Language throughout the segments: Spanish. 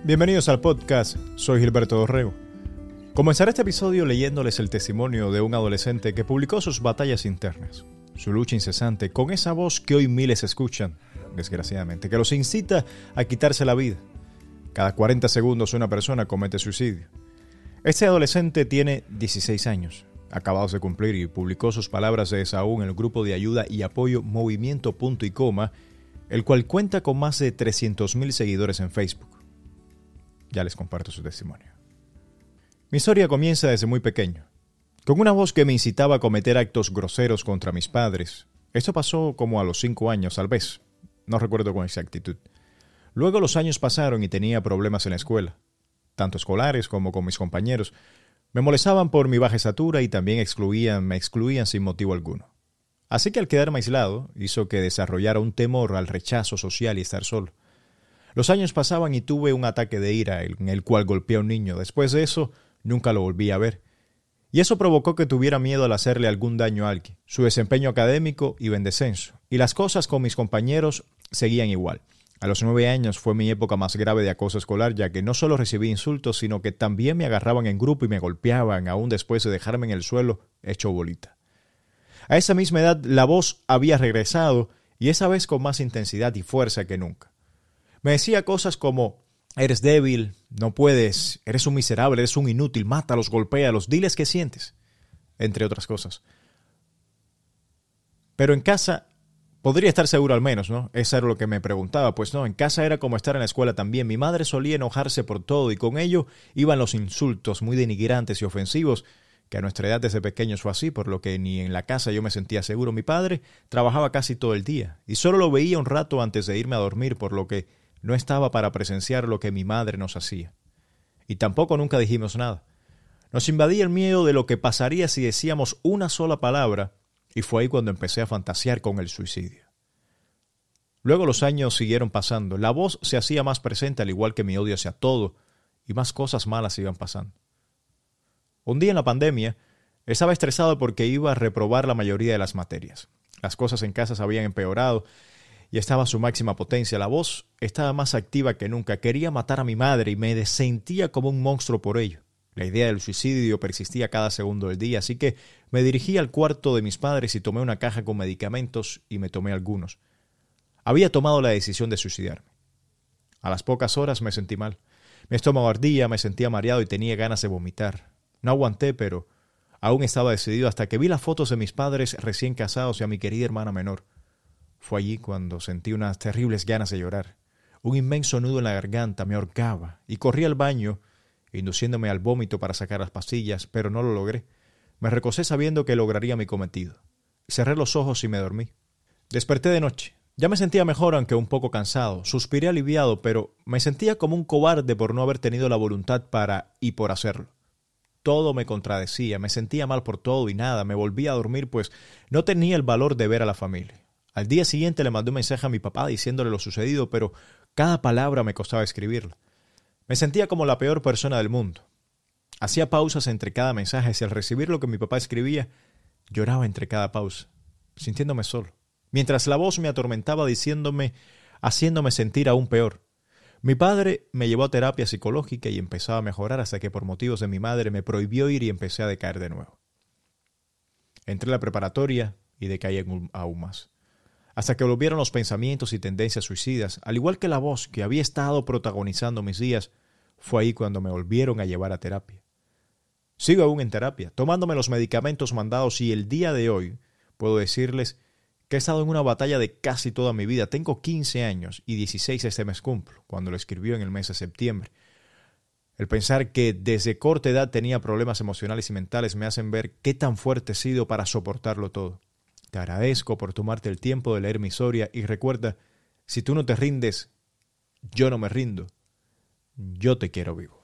Bienvenidos al podcast, soy Gilberto Dorrego. Comenzaré este episodio leyéndoles el testimonio de un adolescente que publicó sus batallas internas, su lucha incesante con esa voz que hoy miles escuchan, desgraciadamente, que los incita a quitarse la vida. Cada 40 segundos una persona comete suicidio. Este adolescente tiene 16 años, acabados de cumplir, y publicó sus palabras de desahogo en el grupo de ayuda y apoyo Movimiento Punto y Coma, el cual cuenta con más de 300,000 seguidores en Facebook. Ya les comparto su testimonio. Mi historia comienza desde muy pequeño, con una voz que me incitaba a cometer actos groseros contra mis padres. Esto pasó como a los 5 años, tal vez. No recuerdo con exactitud. Luego los años pasaron y tenía problemas en la escuela, tanto escolares como con mis compañeros. Me molestaban por mi baja estatura y también me excluían sin motivo alguno. Así que al quedarme aislado, hizo que desarrollara un temor al rechazo social y estar solo. Los años pasaban y tuve un ataque de ira en el cual golpeé a un niño. Después de eso, nunca lo volví a ver. Y eso provocó que tuviera miedo al hacerle algún daño a alguien. Su desempeño académico iba en descenso, y las cosas con mis compañeros seguían igual. A los 9 años fue mi época más grave de acoso escolar, ya que no solo recibí insultos, sino que también me agarraban en grupo y me golpeaban, aún después de dejarme en el suelo hecho bolita. A esa misma edad, la voz había regresado, y esa vez con más intensidad y fuerza que nunca. Me decía cosas como: eres débil, no puedes, eres un miserable, eres un inútil, mátalos, golpéalos, diles qué sientes, entre otras cosas. Pero en casa podría estar seguro al menos, ¿no? Eso era lo que me preguntaba. Pues no, en casa era como estar en la escuela también. Mi madre solía enojarse por todo y con ello iban los insultos muy denigrantes y ofensivos, que a nuestra edad desde pequeños fue así, por lo que ni en la casa yo me sentía seguro. Mi padre trabajaba casi todo el día y solo lo veía un rato antes de irme a dormir, por lo que no estaba para presenciar lo que mi madre nos hacía. Y tampoco nunca dijimos nada. Nos invadía el miedo de lo que pasaría si decíamos una sola palabra, y fue ahí cuando empecé a fantasear con el suicidio. Luego los años siguieron pasando. La voz se hacía más presente, al igual que mi odio hacia todo, y más cosas malas iban pasando. Un día en la pandemia, estaba estresado porque iba a reprobar la mayoría de las materias. Las cosas en casa se habían empeorado y estaba a su máxima potencia. La voz estaba más activa que nunca. Quería matar a mi madre y me sentía como un monstruo por ello. La idea del suicidio persistía cada segundo del día, así que me dirigí al cuarto de mis padres y tomé una caja con medicamentos y me tomé algunos. Había tomado la decisión de suicidarme. A las pocas horas me sentí mal. Mi estómago ardía, me sentía mareado y tenía ganas de vomitar. No aguanté, pero aún estaba decidido hasta que vi las fotos de mis padres recién casados y a mi querida hermana menor. Fue allí cuando sentí unas terribles ganas de llorar. Un inmenso nudo en la garganta me ahorcaba y corrí al baño, induciéndome al vómito para sacar las pastillas, pero no lo logré. Me recosté sabiendo que lograría mi cometido. Cerré los ojos y me dormí. Desperté de noche. Ya me sentía mejor, aunque un poco cansado. Suspiré aliviado, pero me sentía como un cobarde por no haber tenido la voluntad para y por hacerlo. Todo me contradecía, me sentía mal por todo y nada. Me volví a dormir, pues no tenía el valor de ver a la familia. Al día siguiente le mandé un mensaje a mi papá diciéndole lo sucedido, pero cada palabra me costaba escribirla. Me sentía como la peor persona del mundo. Hacía pausas entre cada mensaje y al recibir lo que mi papá escribía, lloraba entre cada pausa, sintiéndome solo. Mientras la voz me atormentaba haciéndome sentir aún peor. Mi padre me llevó a terapia psicológica y empezaba a mejorar hasta que por motivos de mi madre me prohibió ir y empecé a decaer de nuevo. Entré a la preparatoria y decaí aún más. Hasta que volvieron los pensamientos y tendencias suicidas, al igual que la voz que había estado protagonizando mis días. Fue ahí cuando me volvieron a llevar a terapia. Sigo aún en terapia, tomándome los medicamentos mandados, y el día de hoy puedo decirles que he estado en una batalla de casi toda mi vida. Tengo 15 años y 16 este mes cumplo, cuando lo escribió en el mes de septiembre. El pensar que desde corta edad tenía problemas emocionales y mentales me hacen ver qué tan fuerte he sido para soportarlo todo. Te agradezco por tomarte el tiempo de leer mi historia y recuerda, si tú no te rindes, yo no me rindo. Yo te quiero vivo.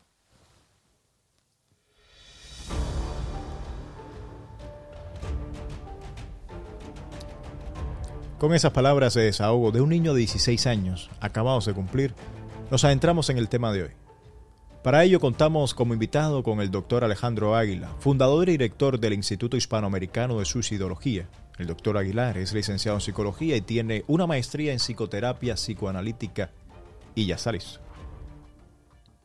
Con esas palabras de desahogo de un niño de 16 años, acabados de cumplir, nos adentramos en el tema de hoy. Para ello contamos como invitado con el Dr. Alejandro Águila, fundador y director del Instituto Hispanoamericano de Suicidología. El Dr. Aguilar es licenciado en psicología y tiene una maestría en psicoterapia psicoanalítica y ya está listo.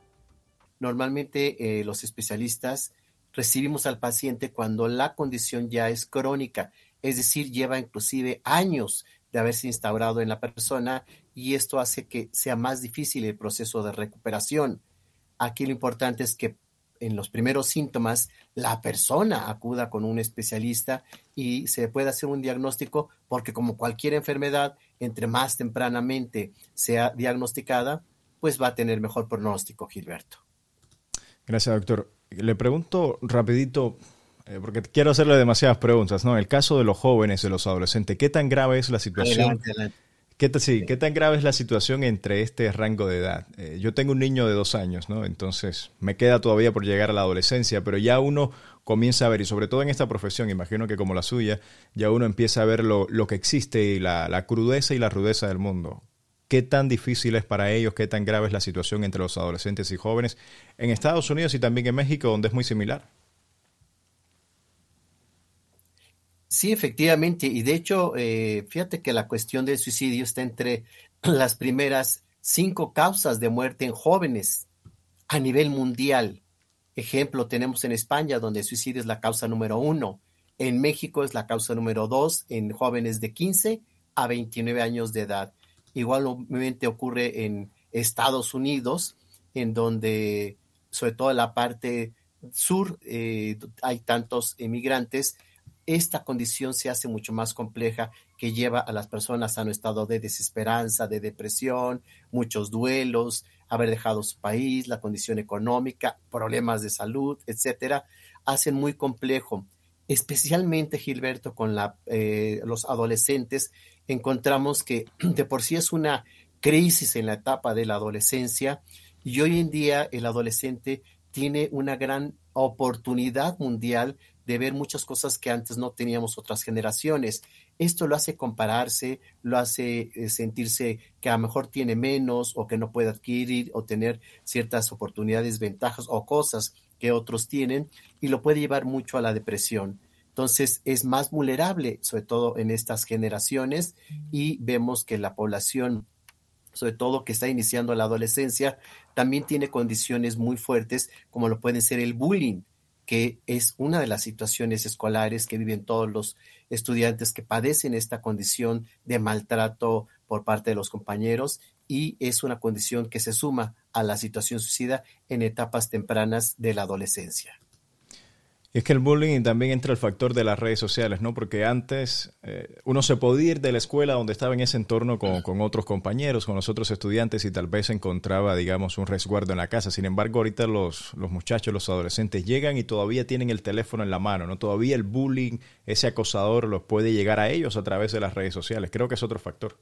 Normalmente los especialistas recibimos al paciente cuando la condición ya es crónica, es decir, lleva inclusive años de haberse instaurado en la persona y esto hace que sea más difícil el proceso de recuperación. Aquí lo importante es que en los primeros síntomas la persona acuda con un especialista y se pueda hacer un diagnóstico, porque como cualquier enfermedad, entre más tempranamente sea diagnosticada, pues va a tener mejor pronóstico, Gilberto. Gracias, doctor. Le pregunto rapidito, porque quiero hacerle demasiadas preguntas, ¿no? En el caso de los jóvenes, de los adolescentes, ¿qué tan grave es la situación? Adelante, adelante. Sí, ¿qué tan grave es la situación entre este rango de edad? Yo tengo un niño de 2 años, ¿no? Entonces me queda todavía por llegar a la adolescencia, pero ya uno comienza a ver, y sobre todo en esta profesión, imagino que como la suya, ya uno empieza a ver lo que existe y la crudeza y la rudeza del mundo. ¿Qué tan difícil es para ellos? ¿Qué tan grave es la situación entre los adolescentes y jóvenes en Estados Unidos y también en México, donde es muy similar? Sí, efectivamente. Y de hecho, fíjate que la cuestión del suicidio está entre las primeras 5 causas de muerte en jóvenes a nivel mundial. Ejemplo, tenemos en España, donde el suicidio es la causa número 1. En México es la causa número 2 en jóvenes de 15 a 29 años de edad. Igualmente ocurre en Estados Unidos, en donde, sobre todo en la parte sur, hay tantos emigrantes. Esta condición se hace mucho más compleja, que lleva a las personas a un estado de desesperanza, de depresión, muchos duelos, haber dejado su país, la condición económica, problemas de salud, etcétera, hacen muy complejo. Especialmente, Gilberto, con los adolescentes, encontramos que de por sí es una crisis en la etapa de la adolescencia, y hoy en día el adolescente tiene una gran oportunidad mundial de ver muchas cosas que antes no teníamos otras generaciones. Esto lo hace compararse, lo hace sentirse que a lo mejor tiene menos, o que no puede adquirir o tener ciertas oportunidades, ventajas o cosas que otros tienen, y lo puede llevar mucho a la depresión. Entonces es más vulnerable, sobre todo en estas generaciones, y vemos que la población, sobre todo que está iniciando la adolescencia, también tiene condiciones muy fuertes, como lo puede ser el bullying, que es una de las situaciones escolares que viven todos los estudiantes que padecen esta condición de maltrato por parte de los compañeros, y es una condición que se suma a la situación suicida en etapas tempranas de la adolescencia. Y es que el bullying también entra el factor de las redes sociales, ¿no? Porque antes uno se podía ir de la escuela donde estaba en ese entorno con otros compañeros, con los otros estudiantes, y tal vez encontraba, digamos, un resguardo en la casa. Sin embargo, ahorita los muchachos, los adolescentes llegan y todavía tienen el teléfono en la mano, ¿no? Todavía el bullying, ese acosador, los puede llegar a ellos a través de las redes sociales. Creo que es otro factor.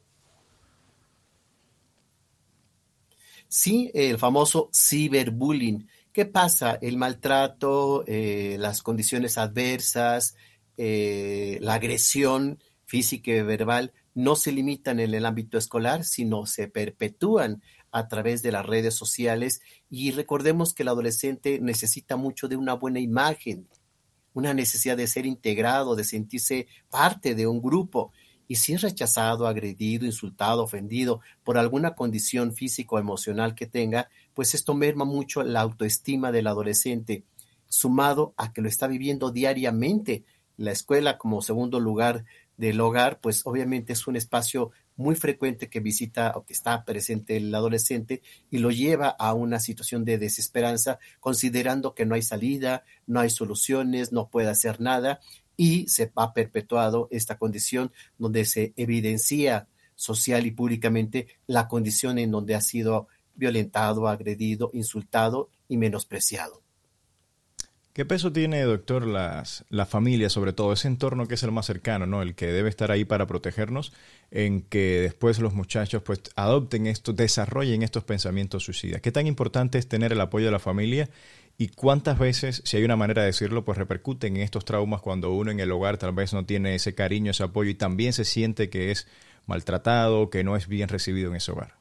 Sí, el famoso ciberbullying. ¿Qué pasa? El maltrato, las condiciones adversas, la agresión física y verbal no se limitan en el ámbito escolar, sino se perpetúan a través de las redes sociales. Y recordemos que el adolescente necesita mucho de una buena imagen, una necesidad de ser integrado, de sentirse parte de un grupo. Y si es rechazado, agredido, insultado, ofendido por alguna condición física o emocional que tenga, pues esto merma mucho la autoestima del adolescente, sumado a que lo está viviendo diariamente. La escuela, como segundo lugar del hogar, pues obviamente es un espacio muy frecuente que visita o que está presente el adolescente, y lo lleva a una situación de desesperanza, considerando que no hay salida, no hay soluciones, no puede hacer nada, y se ha perpetuado esta condición donde se evidencia social y públicamente la condición en donde ha sido violentado, agredido, insultado y menospreciado. ¿Qué peso tiene, doctor, la familia, sobre todo ese entorno que es el más cercano, ¿no? El que debe estar ahí para protegernos, en que después los muchachos pues adopten esto, desarrollen estos pensamientos suicidas? ¿Qué tan importante es tener el apoyo de la familia, y cuántas veces, si hay una manera de decirlo, pues repercuten en estos traumas cuando uno en el hogar tal vez no tiene ese cariño, ese apoyo, y también se siente que es maltratado, que no es bien recibido en ese hogar?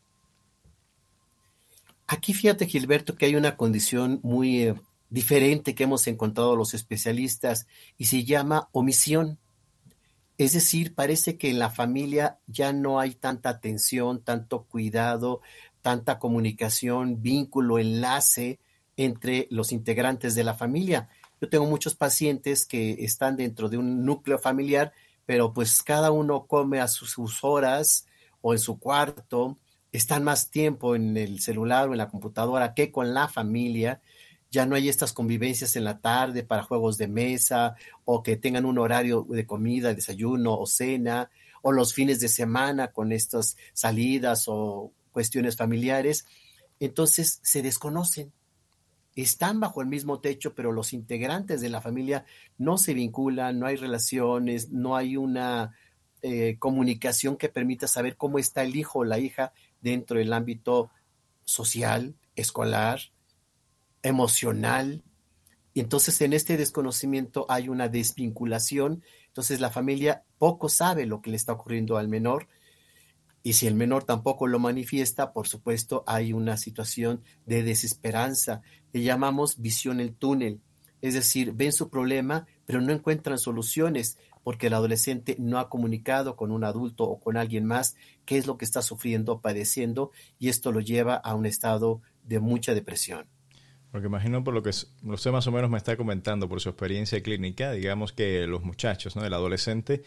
Aquí fíjate, Gilberto, que hay una condición muy diferente que hemos encontrado los especialistas, y se llama omisión. Es decir, parece que en la familia ya no hay tanta atención, tanto cuidado, tanta comunicación, vínculo, enlace entre los integrantes de la familia. Yo tengo muchos pacientes que están dentro de un núcleo familiar, pero pues cada uno come a sus horas o en su cuarto, están más tiempo en el celular o en la computadora que con la familia. Ya no hay estas convivencias en la tarde para juegos de mesa o que tengan un horario de comida, desayuno o cena, o los fines de semana con estas salidas o cuestiones familiares. Entonces se desconocen, están bajo el mismo techo, pero los integrantes de la familia no se vinculan, no hay relaciones, no hay una comunicación que permita saber cómo está el hijo o la hija dentro del ámbito social, escolar, emocional. Y entonces en este desconocimiento hay una desvinculación. Entonces la familia poco sabe lo que le está ocurriendo al menor, y si el menor tampoco lo manifiesta, por supuesto hay una situación de desesperanza. Le llamamos visión el túnel, es decir, ven su problema pero no encuentran soluciones porque el adolescente no ha comunicado con un adulto o con alguien más qué es lo que está sufriendo o padeciendo, y esto lo lleva a un estado de mucha depresión. Porque imagino por lo que usted más o menos me está comentando, por su experiencia clínica, digamos que los muchachos, ¿no? El adolescente,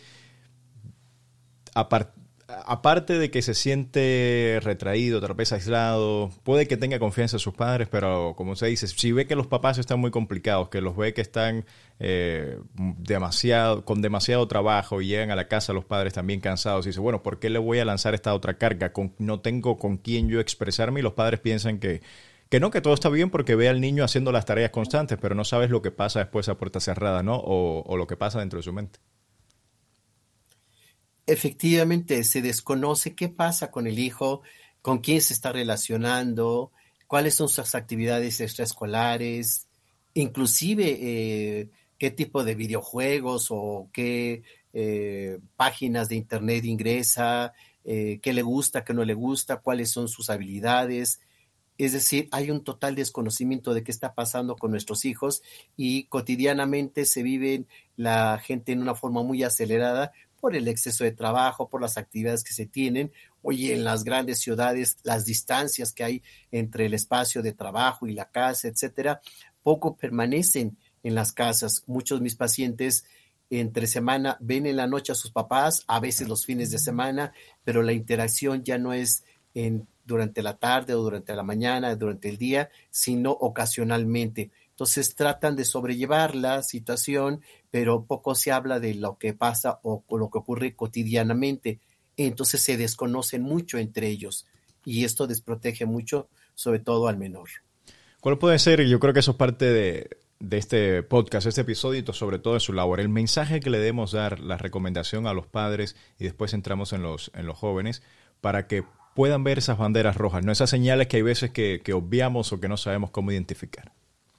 aparte de que se siente retraído, tal vez aislado, puede que tenga confianza en sus padres, pero como usted dice, si ve que los papás están muy complicados, que los ve que están con demasiado trabajo y llegan a la casa los padres también cansados y dice, bueno, ¿por qué le voy a lanzar esta otra carga? No tengo con quién yo expresarme, y los padres piensan que no, que todo está bien porque ve al niño haciendo las tareas constantes, pero no sabes lo que pasa después a puerta cerrada, ¿no? O lo que pasa dentro de su mente. Efectivamente, se desconoce qué pasa con el hijo, con quién se está relacionando, cuáles son sus actividades extraescolares, inclusive qué tipo de videojuegos o qué páginas de internet ingresa, qué le gusta, qué no le gusta, cuáles son sus habilidades. Es decir, hay un total desconocimiento de qué está pasando con nuestros hijos, y cotidianamente se vive la gente en una forma muy acelerada por el exceso de trabajo, por las actividades que se tienen. Oye, en las grandes ciudades, las distancias que hay entre el espacio de trabajo y la casa, etcétera, poco permanecen en las casas. Muchos de mis pacientes entre semana ven en la noche a sus papás, a veces los fines de semana, pero la interacción ya no es durante la tarde o durante la mañana, durante el día, sino ocasionalmente. Entonces tratan de sobrellevar la situación, pero poco se habla de lo que pasa o lo que ocurre cotidianamente. Entonces se desconocen mucho entre ellos, y esto desprotege mucho, sobre todo al menor. ¿Cuál puede ser? Yo creo que eso es parte de este podcast, este episodio, y sobre todo en su labor. El mensaje que le debemos dar, la recomendación a los padres, y después entramos en los jóvenes, para que puedan ver esas banderas rojas, no esas señales que hay veces que obviamos o que no sabemos cómo identificar.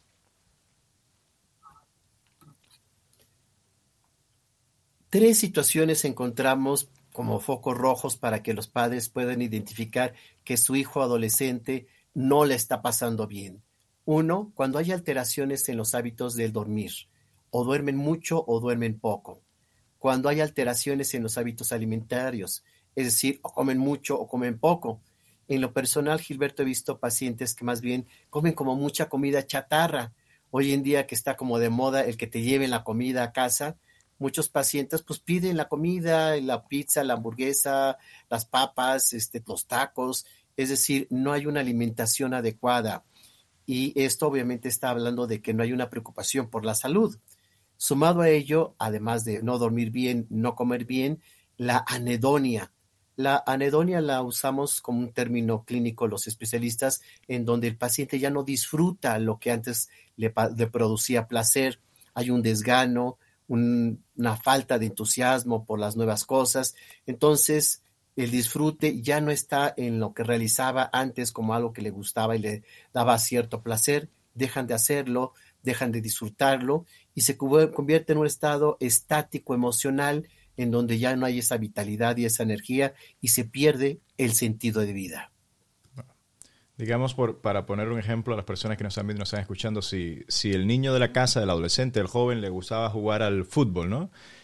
Tres situaciones encontramos como focos rojos para que los padres puedan identificar que su hijo adolescente no le está pasando bien. Uno, cuando hay alteraciones en los hábitos del dormir, o duermen mucho o duermen poco. Cuando hay alteraciones en los hábitos alimentarios, es decir, o comen mucho o comen poco. En lo personal, Gilberto, he visto pacientes que más bien comen como mucha comida chatarra. Hoy en día que está como de moda el que te lleven la comida a casa, muchos pacientes pues piden la comida, la pizza, la hamburguesa, las papas, los tacos. Es decir, no hay una alimentación adecuada. Y esto obviamente está hablando de que no hay una preocupación por la salud. Sumado a ello, además de no dormir bien, no comer bien, la anedonia. La anedonia la usamos como un término clínico los especialistas, en donde el paciente ya no disfruta lo que antes le producía placer. Hay un desgano, una falta de entusiasmo por las nuevas cosas. Entonces, el disfrute ya no está en lo que realizaba antes como algo que le gustaba y le daba cierto placer. Dejan de hacerlo, dejan de disfrutarlo, y se convierte en un estado estático emocional en donde ya no hay esa vitalidad y esa energía, y se pierde el sentido de vida. Digamos, para poner un ejemplo a las personas que nos están viendo y nos están escuchando, si el niño de la casa, el adolescente, el joven, le gustaba jugar al fútbol, ¿no?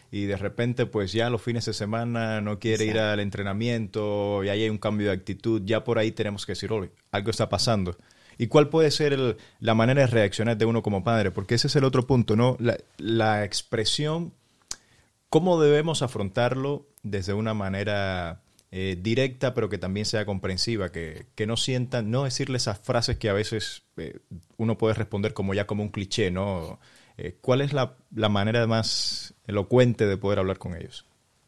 y de repente pues ya los fines de semana no quiere ir Exacto. al entrenamiento y ahí hay un cambio de actitud, ya por ahí tenemos que decir, "Oye, algo está pasando". ¿Y cuál puede ser la manera de reaccionar de uno como padre? Porque ese es el otro punto, ¿no? La expresión, ¿cómo debemos afrontarlo desde una manera directa, pero que también sea comprensiva, que no sientan, no decirle esas frases que a veces uno puede responder como ya como un cliché, ¿no? ¿Cuál es la manera más elocuente de poder hablar con ellos?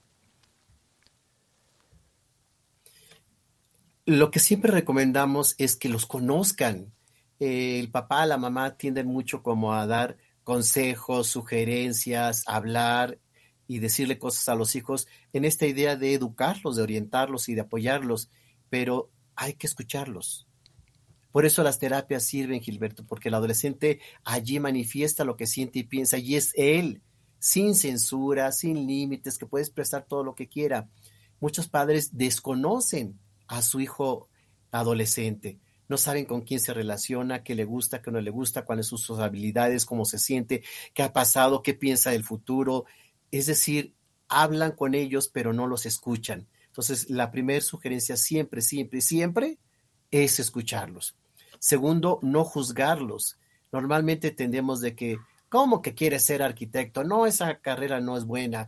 Lo que siempre recomendamos es que los conozcan. El papá, la mamá tienden mucho como a dar consejos, sugerencias, hablar y decirle cosas a los hijos en esta idea de educarlos, de orientarlos y de apoyarlos, pero hay que escucharlos. Por eso las terapias sirven, Gilberto, porque el adolescente allí manifiesta lo que siente y piensa y es él, sin censura, sin límites, que puede expresar todo lo que quiera. Muchos padres desconocen a su hijo adolescente, no saben con quién se relaciona, qué le gusta, qué no le gusta, cuáles son sus habilidades, cómo se siente, qué ha pasado, qué piensa del futuro. Es decir, hablan con ellos, pero no los escuchan. Entonces, la primera sugerencia siempre, siempre, siempre es escucharlos. Segundo, no juzgarlos. Normalmente tendemos de que, ¿cómo que quieres ser arquitecto? No, esa carrera no es buena,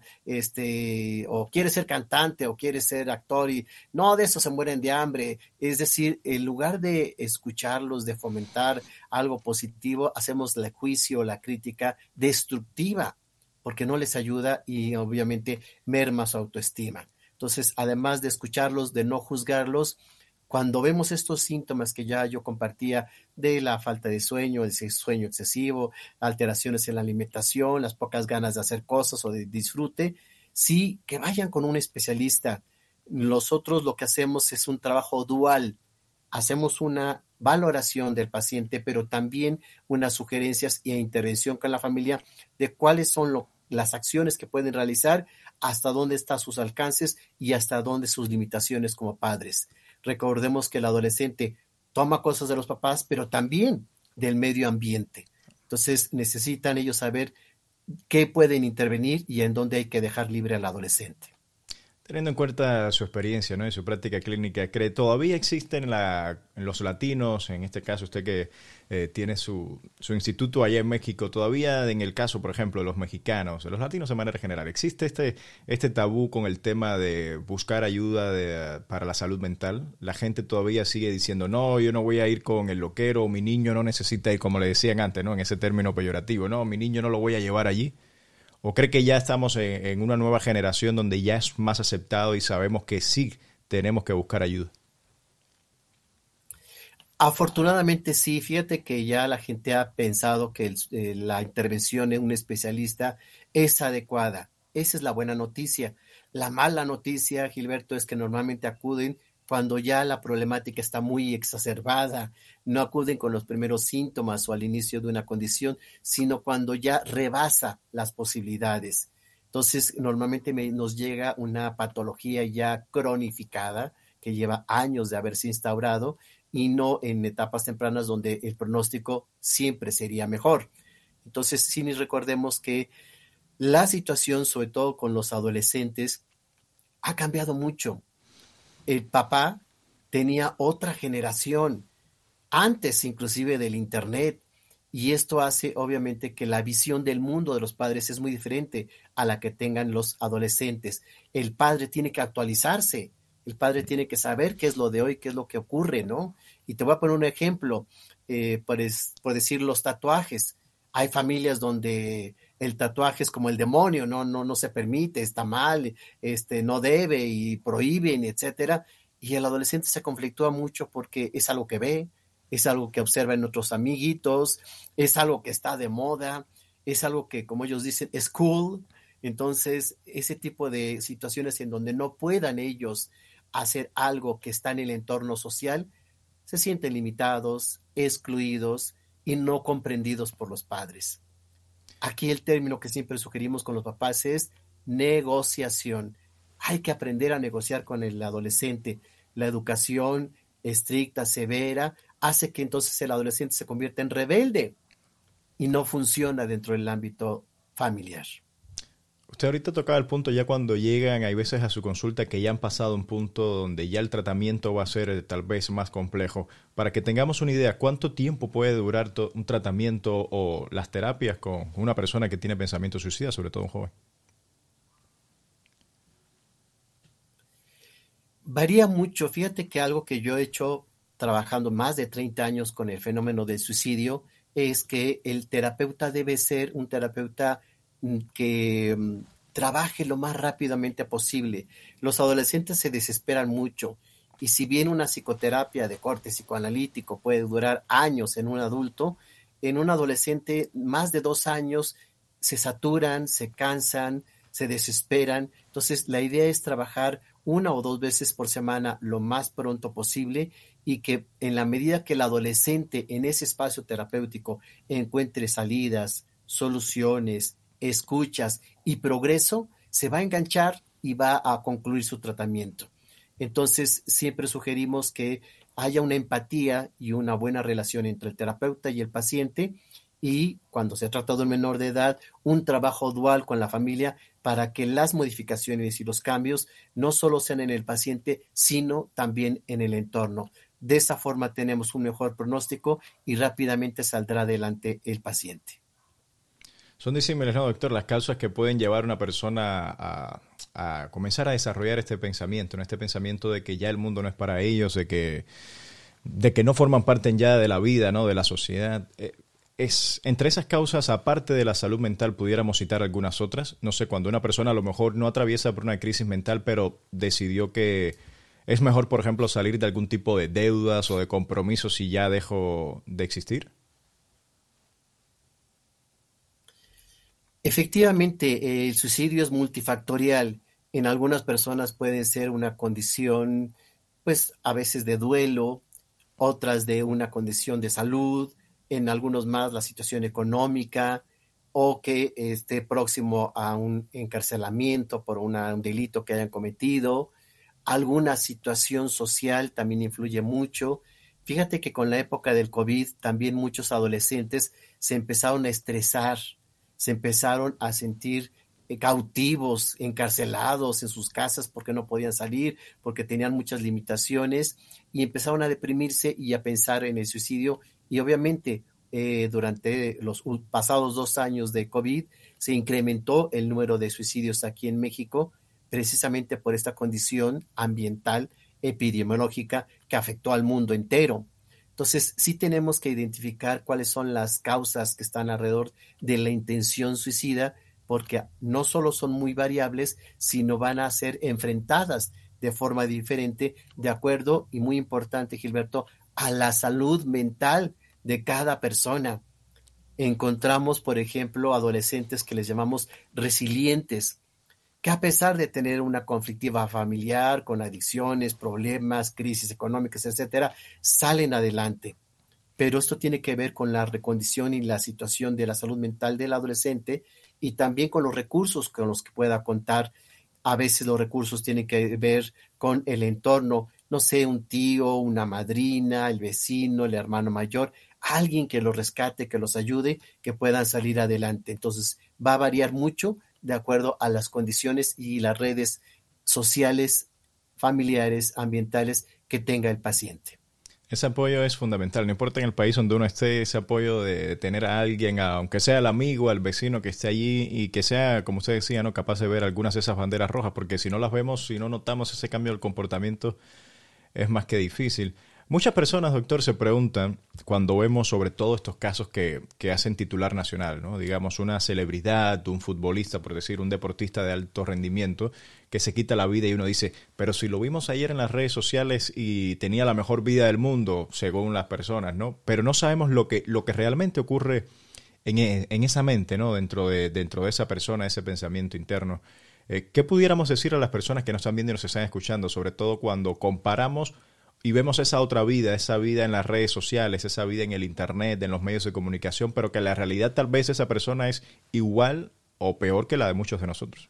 o quieres ser cantante o quieres ser actor y no, de eso se mueren de hambre. Es decir, en lugar de escucharlos, de fomentar algo positivo, hacemos el juicio, la crítica destructiva, porque no les ayuda y obviamente merma su autoestima. Entonces, además de escucharlos, de no juzgarlos, cuando vemos estos síntomas que ya yo compartía de la falta de sueño, el sueño excesivo, alteraciones en la alimentación, las pocas ganas de hacer cosas o de disfrute, sí, que vayan con un especialista. Nosotros lo que hacemos es un trabajo dual. Hacemos una valoración del paciente, pero también unas sugerencias e intervención con la familia de cuáles son las acciones que pueden realizar, hasta dónde están sus alcances y hasta dónde sus limitaciones como padres. Recordemos que el adolescente toma cosas de los papás, pero también del medio ambiente. Entonces necesitan ellos saber qué pueden intervenir y en dónde hay que dejar libre al adolescente. Teniendo en cuenta su experiencia, ¿no? Y su práctica clínica, ¿cree todavía existen en los latinos, en este caso usted que tiene su instituto allá en México, todavía en el caso, por ejemplo, de los mexicanos, de los latinos de manera general, existe este tabú con el tema de buscar ayuda para la salud mental? La gente todavía sigue diciendo, no, yo no voy a ir con el loquero, mi niño no necesita ir, como le decían antes, ¿no? En ese término peyorativo, no, mi niño no lo voy a llevar allí. ¿O cree que ya estamos en una nueva generación donde ya es más aceptado y sabemos que sí tenemos que buscar ayuda? Afortunadamente sí, fíjate que ya la gente ha pensado que la intervención de un especialista es adecuada. Esa es la buena noticia. La mala noticia, Gilberto, es que normalmente acuden cuando ya la problemática está muy exacerbada. No acuden con los primeros síntomas o al inicio de una condición, sino cuando ya rebasa las posibilidades. Entonces, normalmente nos llega una patología ya cronificada que lleva años de haberse instaurado y no en etapas tempranas donde el pronóstico siempre sería mejor. Entonces, sí ni recordemos que la situación, sobre todo con los adolescentes, ha cambiado mucho. El papá tenía otra generación, antes inclusive del Internet, y esto hace obviamente que la visión del mundo de los padres es muy diferente a la que tengan los adolescentes. El padre tiene que actualizarse, el padre tiene que saber qué es lo de hoy, qué es lo que ocurre, ¿no? Y te voy a poner un ejemplo, por decir los tatuajes. Hay familias donde el tatuaje es como el demonio, no se permite, está mal, no debe y prohíben, etcétera. Y el adolescente se conflictúa mucho porque es algo que ve, es algo que observa en otros amiguitos, es algo que está de moda, es algo que, como ellos dicen, es cool. Entonces, ese tipo de situaciones en donde no puedan ellos hacer algo que está en el entorno social, se sienten limitados, excluidos y no comprendidos por los padres. Aquí el término que siempre sugerimos con los papás es negociación. Hay que aprender a negociar con el adolescente. La educación estricta, severa, hace que entonces el adolescente se convierta en rebelde y no funciona dentro del ámbito familiar. Usted ahorita tocaba el punto ya cuando llegan, hay veces a su consulta que ya han pasado un punto donde ya el tratamiento va a ser tal vez más complejo. Para que tengamos una idea, ¿cuánto tiempo puede durar un tratamiento o las terapias con una persona que tiene pensamiento suicida, sobre todo un joven? Varía mucho. Fíjate que algo que yo he hecho trabajando más de 30 años con el fenómeno del suicidio es que el terapeuta debe ser un terapeuta que trabaje lo más rápidamente posible. Los adolescentes se desesperan mucho y si bien una psicoterapia de corte psicoanalítico puede durar años en un adulto, en un adolescente más de 2 años se saturan, se cansan, se desesperan. Entonces la idea es trabajar 1 o 2 veces por semana lo más pronto posible y que en la medida que el adolescente en ese espacio terapéutico encuentre salidas, soluciones, escuchas y progreso, se va a enganchar y va a concluir su tratamiento. Entonces, siempre sugerimos que haya una empatía y una buena relación entre el terapeuta y el paciente y, cuando se trata de un menor de edad, un trabajo dual con la familia para que las modificaciones y los cambios no solo sean en el paciente, sino también en el entorno. De esa forma tenemos un mejor pronóstico y rápidamente saldrá adelante el paciente. Son disímiles, ¿no, doctor? Las causas que pueden llevar a una persona a comenzar a desarrollar este pensamiento, ¿no? Este pensamiento de que ya el mundo no es para ellos, de que no forman parte ya de la vida, ¿no? De la sociedad. Entre esas causas, aparte de la salud mental, pudiéramos citar algunas otras. No sé, cuando una persona a lo mejor no atraviesa por una crisis mental, pero decidió que es mejor, por ejemplo, salir de algún tipo de deudas o de compromisos si ya dejó de existir. Efectivamente, el suicidio es multifactorial. En algunas personas puede ser una condición, pues a veces de duelo, otras de una condición de salud, en algunos más la situación económica o que esté próximo a un encarcelamiento por un delito que hayan cometido. Alguna situación social también influye mucho. Fíjate que con la época del COVID también muchos adolescentes se empezaron a estresar, se empezaron a sentir cautivos, encarcelados en sus casas porque no podían salir, porque tenían muchas limitaciones y empezaron a deprimirse y a pensar en el suicidio y obviamente durante los pasados 2 años de COVID se incrementó el número de suicidios aquí en México precisamente por esta condición ambiental epidemiológica que afectó al mundo entero. Entonces, sí tenemos que identificar cuáles son las causas que están alrededor de la intención suicida, porque no solo son muy variables, sino van a ser enfrentadas de forma diferente, de acuerdo, y muy importante, Gilberto, a la salud mental de cada persona. Encontramos, por ejemplo, adolescentes que les llamamos resilientes, que a pesar de tener una conflictiva familiar, con adicciones, problemas, crisis económicas, etcétera, salen adelante. Pero esto tiene que ver con la recondición y la situación de la salud mental del adolescente y también con los recursos con los que pueda contar. A veces los recursos tienen que ver con el entorno, no sé, un tío, una madrina, el vecino, el hermano mayor, alguien que los rescate, que los ayude, que puedan salir adelante. Entonces va a variar mucho de acuerdo a las condiciones y las redes sociales, familiares, ambientales que tenga el paciente. Ese apoyo es fundamental, no importa en el país donde uno esté, ese apoyo de tener a alguien, aunque sea el amigo, al vecino que esté allí y que sea, como usted decía, ¿no?, capaz de ver algunas de esas banderas rojas, porque si no las vemos, si no notamos ese cambio del comportamiento, es más que difícil. Muchas personas, doctor, se preguntan cuando vemos sobre todo estos casos que hacen titular nacional, ¿no? Digamos, una celebridad, un futbolista, por decir, un deportista de alto rendimiento, que se quita la vida y uno dice, pero si lo vimos ayer en las redes sociales y tenía la mejor vida del mundo, según las personas, ¿no? Pero no sabemos lo que realmente ocurre en esa mente, ¿no? Dentro de esa persona, ese pensamiento interno. ¿Qué pudiéramos decir a las personas que nos están viendo y nos están escuchando, sobre todo cuando comparamos y vemos esa otra vida, esa vida en las redes sociales, esa vida en el internet, en los medios de comunicación, pero que en la realidad tal vez esa persona es igual o peor que la de muchos de nosotros?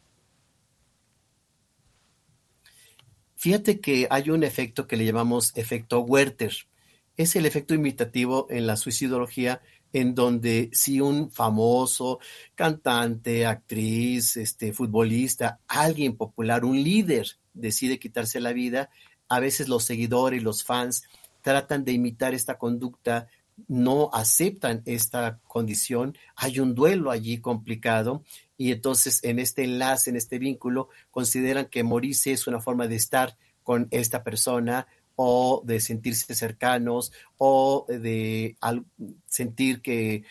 Fíjate que hay un efecto que le llamamos efecto Werther. Es el efecto imitativo en la suicidología en donde si un famoso cantante, actriz, futbolista, alguien popular, un líder decide quitarse la vida, a veces los seguidores, los fans tratan de imitar esta conducta, no aceptan esta condición, hay un duelo allí complicado y entonces en este enlace, en este vínculo, consideran que morirse es una forma de estar con esta persona o de sentirse cercanos o de sentir que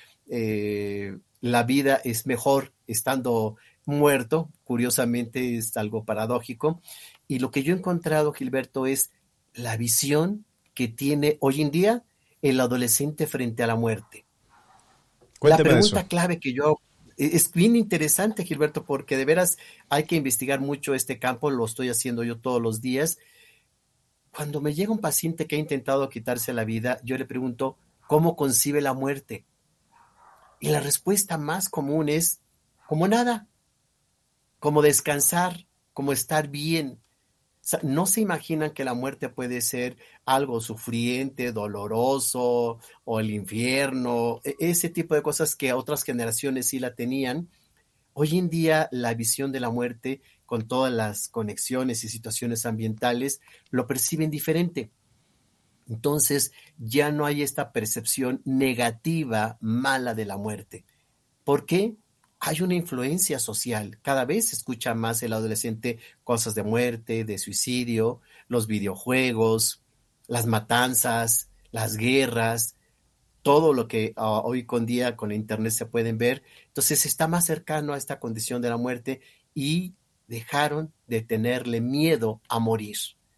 la vida es mejor estando muerto. Curiosamente es algo paradójico. Y lo que yo he encontrado, Gilberto, es la visión que tiene hoy en día el adolescente frente a la muerte. La Cuénteme de eso. pregunta clave que yo es bien interesante, Gilberto, porque de veras hay que investigar mucho este campo, lo estoy haciendo yo todos los días. Cuando me llega un paciente que ha intentado quitarse la vida, yo le pregunto, ¿cómo concibe la muerte? Y la respuesta más común es, como nada, como descansar, como estar bien. O sea, no se imaginan que la muerte puede ser algo sufriente, doloroso, o el infierno, ese tipo de cosas que otras generaciones sí la tenían. Hoy en día la visión de la muerte, con todas las conexiones y situaciones ambientales, lo perciben diferente. Entonces ya no hay esta percepción negativa, mala de la muerte. ¿Por qué? Hay una influencia social. Cada vez se escucha más el adolescente cosas de muerte, de suicidio, los videojuegos, las matanzas, las guerras, todo lo que hoy con día con la internet se pueden ver. Entonces está más cercano a esta condición de la muerte y dejaron de tenerle miedo a morir.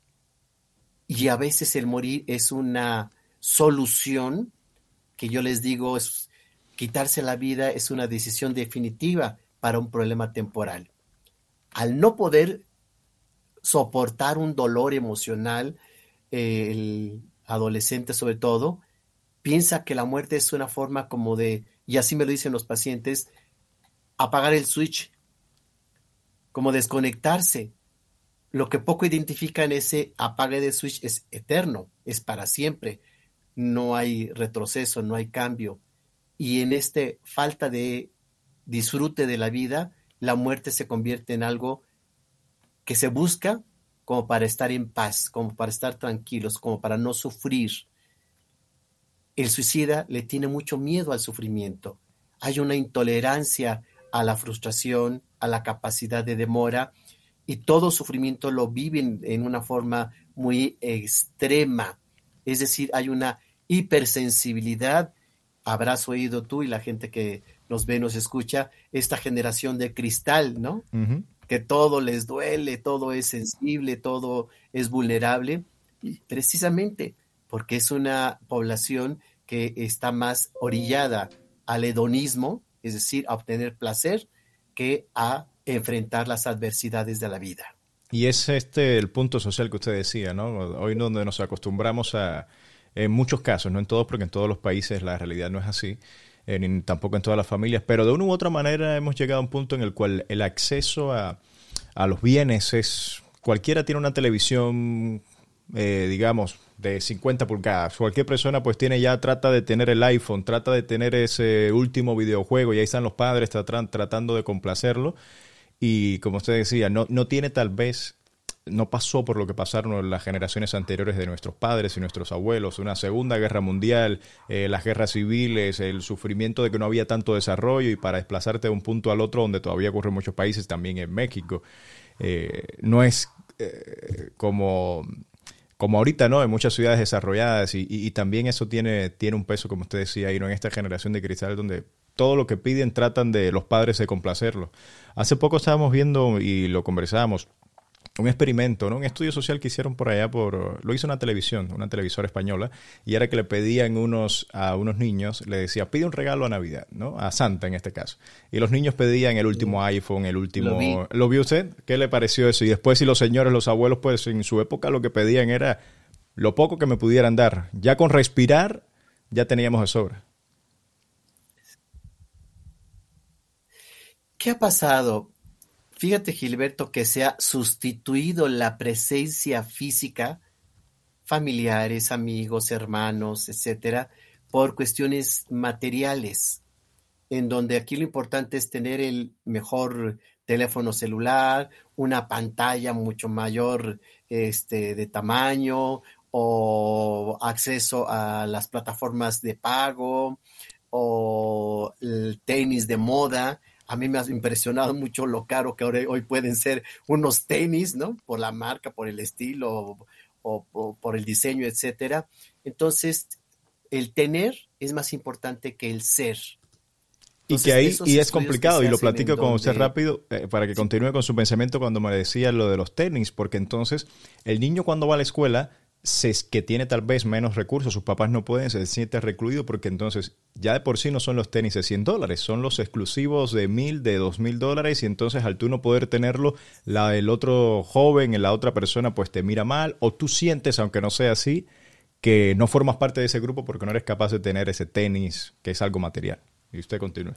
Y a veces el morir es una solución que yo les digo, es, quitarse la vida es una decisión definitiva para un problema temporal. Al no poder soportar un dolor emocional, el adolescente sobre todo, piensa que la muerte es una forma como de, y así me lo dicen los pacientes, apagar el switch, como desconectarse. Lo que poco identifican ese apague de switch es eterno, es para siempre. No hay retroceso, no hay cambio. Y en este falta de disfrute de la vida, la muerte se convierte en algo que se busca como para estar en paz, como para estar tranquilos, como para no sufrir. El suicida le tiene mucho miedo al sufrimiento. Hay una intolerancia a la frustración, a la capacidad de demora, y todo sufrimiento lo viven en una forma muy extrema. Es decir, hay una hipersensibilidad. Habrás oído tú y la gente que nos ve, nos escucha, esta generación de cristal, ¿no? Ujú. Que todo les duele, todo es sensible, todo es vulnerable, y precisamente porque es una población que está más orillada al hedonismo, es decir, a obtener placer, que a enfrentar las adversidades de la vida. Y es el punto social que usted decía, ¿no? Hoy donde nos acostumbramos a, en muchos casos, no en todos, porque en todos los países la realidad no es así, ni tampoco en todas las familias, pero de una u otra manera hemos llegado a un punto en el cual el acceso a los bienes es, cualquiera tiene una televisión, digamos, de 50 pulgadas. Cualquier persona pues tiene ya, trata de tener el iPhone, trata de tener ese último videojuego y ahí están los padres tratando de complacerlo. Y como usted decía, no tiene tal vez, no pasó por lo que pasaron las generaciones anteriores de nuestros padres y nuestros abuelos, una Segunda Guerra Mundial, las guerras civiles, el sufrimiento de que no había tanto desarrollo y para desplazarte de un punto al otro, donde todavía ocurre en muchos países, también en México. No es como ahorita, ¿no? En muchas ciudades desarrolladas y también eso tiene un peso, como usted decía, ahí, ¿no? En esta generación de cristal donde todo lo que piden tratan de los padres de complacerlo. Hace poco estábamos viendo y lo conversábamos, un experimento, ¿no? Un estudio social que hicieron por allá, lo hizo una televisión, una televisora española, y era que le pedían a unos niños, le decía, pide un regalo a Navidad, ¿no? A Santa en este caso. Y los niños pedían el último iPhone, el último... ¿Lo vio usted? ¿Qué le pareció eso? Y después si los señores, los abuelos, pues en su época lo que pedían era lo poco que me pudieran dar. Ya con respirar ya teníamos de sobra. ¿Qué ha pasado? Fíjate, Gilberto, que se ha sustituido la presencia física, familiares, amigos, hermanos, etcétera, por cuestiones materiales, en donde aquí lo importante es tener el mejor teléfono celular, una pantalla mucho mayor de tamaño o acceso a las plataformas de pago o el tenis de moda. A mí me ha impresionado mucho lo caro que hoy pueden ser unos tenis, ¿no? Por la marca, por el estilo o por el diseño, etcétera. Entonces, el tener es más importante que el ser. Y que Entonces, ahí, esos y es estudios que complicado, se y lo hacen en platico con usted donde... rápido, para que Sí, continúe con su pensamiento cuando me decía lo de los tenis, porque entonces el niño cuando va a la escuela, se es que tiene tal vez menos recursos, sus papás no pueden, se siente recluido, porque entonces ya de por sí no son los tenis de $100, son los exclusivos de 1,000, de $2,000, y entonces al tú no poder tenerlo, el otro joven, la otra persona, pues te mira mal, o tú sientes, aunque no sea así, que no formas parte de ese grupo porque no eres capaz de tener ese tenis, que es algo material. Y usted continúe.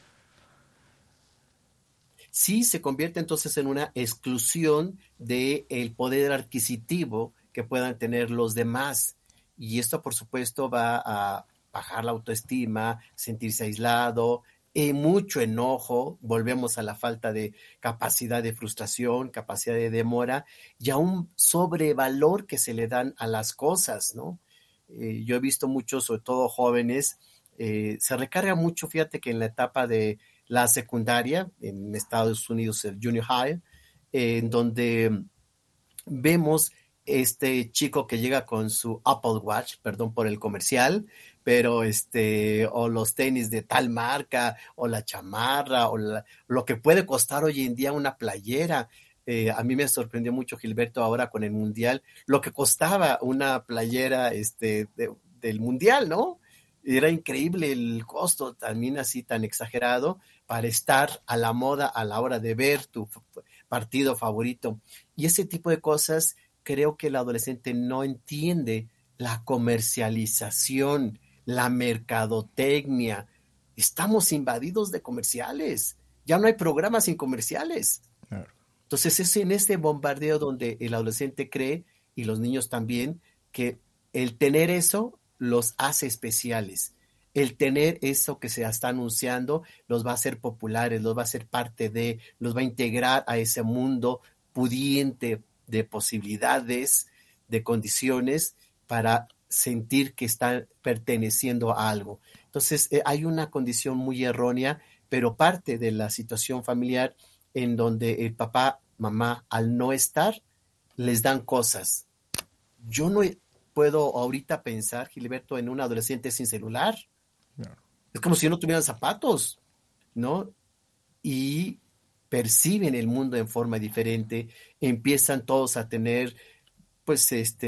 sí se convierte entonces en una exclusión del poder adquisitivo que puedan tener los demás. Y esto, por supuesto, va a bajar la autoestima, sentirse aislado, mucho enojo, volvemos a la falta de capacidad de frustración, capacidad de demora y a un sobrevalor que se le dan a las cosas, ¿no? Yo he visto muchos, sobre todo jóvenes, se recarga mucho, fíjate que en la etapa de la secundaria, en Estados Unidos el junior high, en donde vemos este chico que llega con su Apple Watch, perdón por el comercial, pero o los tenis de tal marca, o la chamarra, lo que puede costar hoy en día una playera. A mí me sorprendió mucho, Gilberto, ahora con el Mundial, lo que costaba una playera del Mundial, ¿no? Era increíble el costo, también así tan exagerado, para estar a la moda a la hora de ver tu partido favorito. Y ese tipo de cosas creo que el adolescente no entiende la comercialización, la mercadotecnia. Estamos invadidos de comerciales. Ya no hay programas sin comerciales. Claro. Entonces es en este bombardeo donde el adolescente cree, y los niños también, que el tener eso los hace especiales. El tener eso que se está anunciando los va a hacer populares, los va a hacer parte los va a integrar a ese mundo pudiente de posibilidades, de condiciones para sentir que están perteneciendo a algo. Entonces hay una condición muy errónea, pero parte de la situación familiar en donde el papá, mamá, al no estar, les dan cosas. Yo no puedo ahorita pensar, Gilberto, en un adolescente sin celular. Claro. Es como si no tuvieran zapatos, ¿no? Y perciben el mundo en forma diferente, empiezan todos a tener, pues,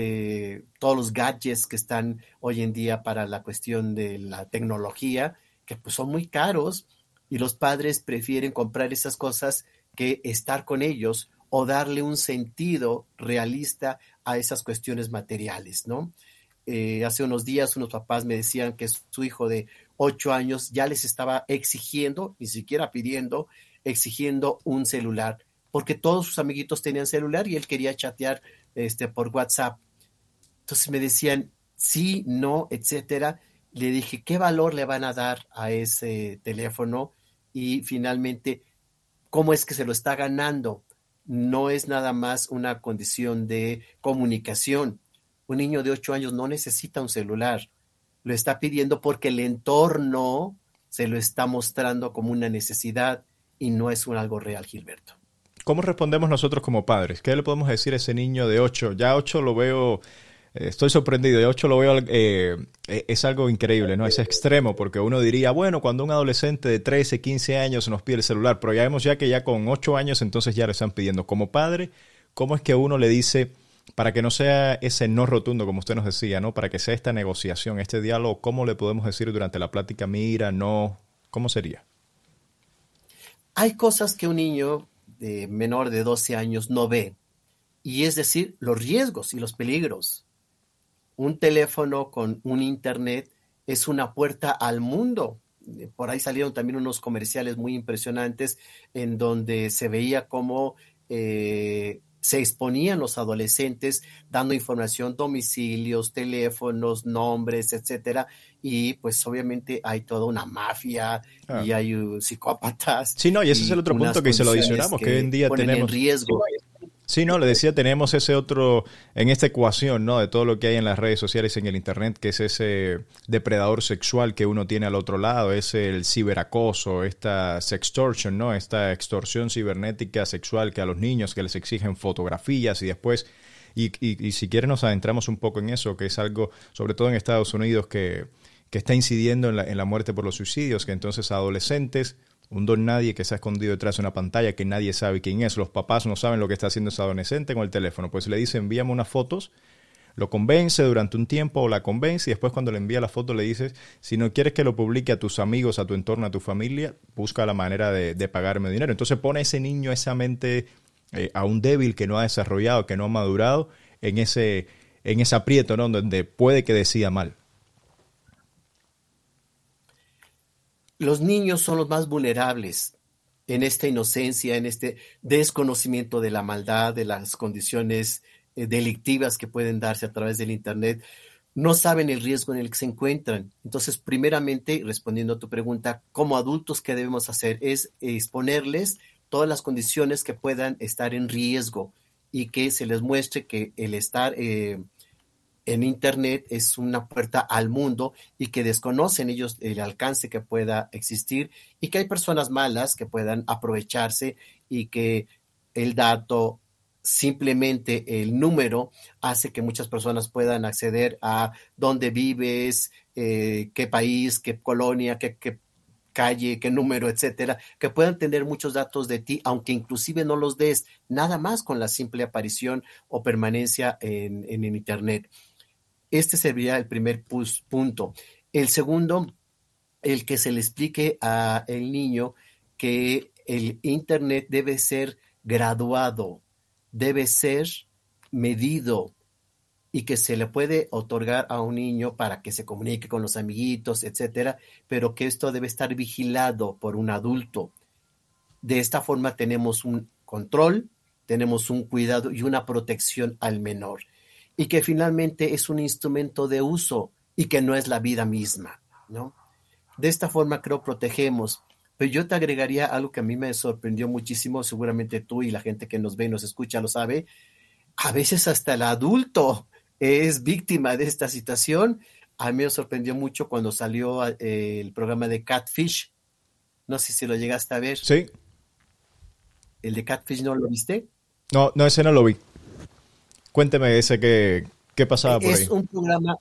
todos los gadgets que están hoy en día para la cuestión de la tecnología, que pues son muy caros, y los padres prefieren comprar esas cosas que estar con ellos o darle un sentido realista a esas cuestiones materiales, ¿no? Hace unos días unos papás me decían que su hijo de 8 años ya les estaba exigiendo, ni siquiera pidiendo, exigiendo un celular, porque todos sus amiguitos tenían celular y él quería chatear por WhatsApp. Entonces me decían, sí, no, etcétera. Le dije, ¿qué valor le van a dar a ese teléfono? Y finalmente, ¿cómo es que se lo está ganando? No es nada más una condición de comunicación. Un niño de 8 años no necesita un celular. Lo está pidiendo porque el entorno se lo está mostrando como una necesidad y no es algo real, Gilberto. ¿Cómo respondemos nosotros como padres? ¿Qué le podemos decir a ese niño de 8? Ya 8 lo veo, estoy sorprendido, de 8 lo veo, es algo increíble, ¿no? Es extremo, porque uno diría, bueno, cuando un adolescente de 13, 15 años nos pide el celular, pero ya vemos ya que ya con 8 años entonces ya lo están pidiendo. Como padre, ¿cómo es que uno le dice, para que no sea ese no rotundo, como usted nos decía, ¿no? Para que sea esta negociación, este diálogo, ¿cómo le podemos decir durante la plática, mira, no, ¿cómo sería? Hay cosas que un niño de menor de 12 años no ve, y es decir, los riesgos y los peligros. Un teléfono con un internet es una puerta al mundo. Por ahí salieron también unos comerciales muy impresionantes en donde se veía cómo se exponían los adolescentes dando información, domicilios, teléfonos, nombres, etcétera, y pues obviamente hay toda una mafia Ah. y hay psicópatas Sí, no, y ese es el y otro unas punto que se lo condiciones adicionamos, que hoy en que día ponen en tenemos. riesgo. Sí, no, le decía, tenemos ese otro, en esta ecuación, ¿no? De todo lo que hay en las redes sociales y en el internet, que es ese depredador sexual que uno tiene al otro lado, es el ciberacoso, esta sextortion, ¿no? Esta extorsión cibernética sexual que a los niños que les exigen fotografías y después, y si quieren nos adentramos un poco en eso, que es algo, sobre todo en Estados Unidos, que está incidiendo en la muerte por los suicidios, que entonces adolescentes, un don nadie que se ha escondido detrás de una pantalla que nadie sabe quién es, los papás no saben lo que está haciendo ese adolescente con el teléfono, pues le dice envíame unas fotos, lo convence durante un tiempo o la convence y después cuando le envía la foto le dices si no quieres que lo publique a tus amigos, a tu entorno, a tu familia, busca la manera de pagarme dinero. Entonces pone a ese niño, esa mente a un débil que no ha desarrollado, que no ha madurado en ese aprieto, ¿no? Donde puede que decida mal. Los niños son los más vulnerables en esta inocencia, en este desconocimiento de la maldad, de las condiciones delictivas que pueden darse a través del Internet. No saben el riesgo en el que se encuentran. Entonces, primeramente, respondiendo a tu pregunta, como adultos, ¿qué debemos hacer? Es exponerles todas las condiciones que puedan estar en riesgo y que se les muestre que el estar en Internet es una puerta al mundo y que desconocen ellos el alcance que pueda existir y que hay personas malas que puedan aprovecharse y que el dato, simplemente el número, hace que muchas personas puedan acceder a dónde vives, qué país, qué colonia, qué calle, qué número, etcétera, que puedan tener muchos datos de ti, aunque inclusive no los des, nada más con la simple aparición o permanencia en Internet. Este sería el primer punto. El segundo, el que se le explique al niño que el Internet debe ser graduado, debe ser medido y que se le puede otorgar a un niño para que se comunique con los amiguitos, etcétera, pero que esto debe estar vigilado por un adulto. De esta forma tenemos un control, tenemos un cuidado y una protección al menor. Y que finalmente es un instrumento de uso y que no es la vida misma, ¿no? De esta forma creo protegemos. Pero yo te agregaría algo que a mí me sorprendió muchísimo, seguramente tú y la gente que nos ve y nos escucha lo sabe, a veces hasta el adulto es víctima de esta situación. A mí me sorprendió mucho cuando salió el programa de Catfish, no sé si lo llegaste a ver. Sí. ¿El de Catfish no lo viste? No, no, ese no lo vi. Cuénteme ese qué pasaba por Es ahí. un programa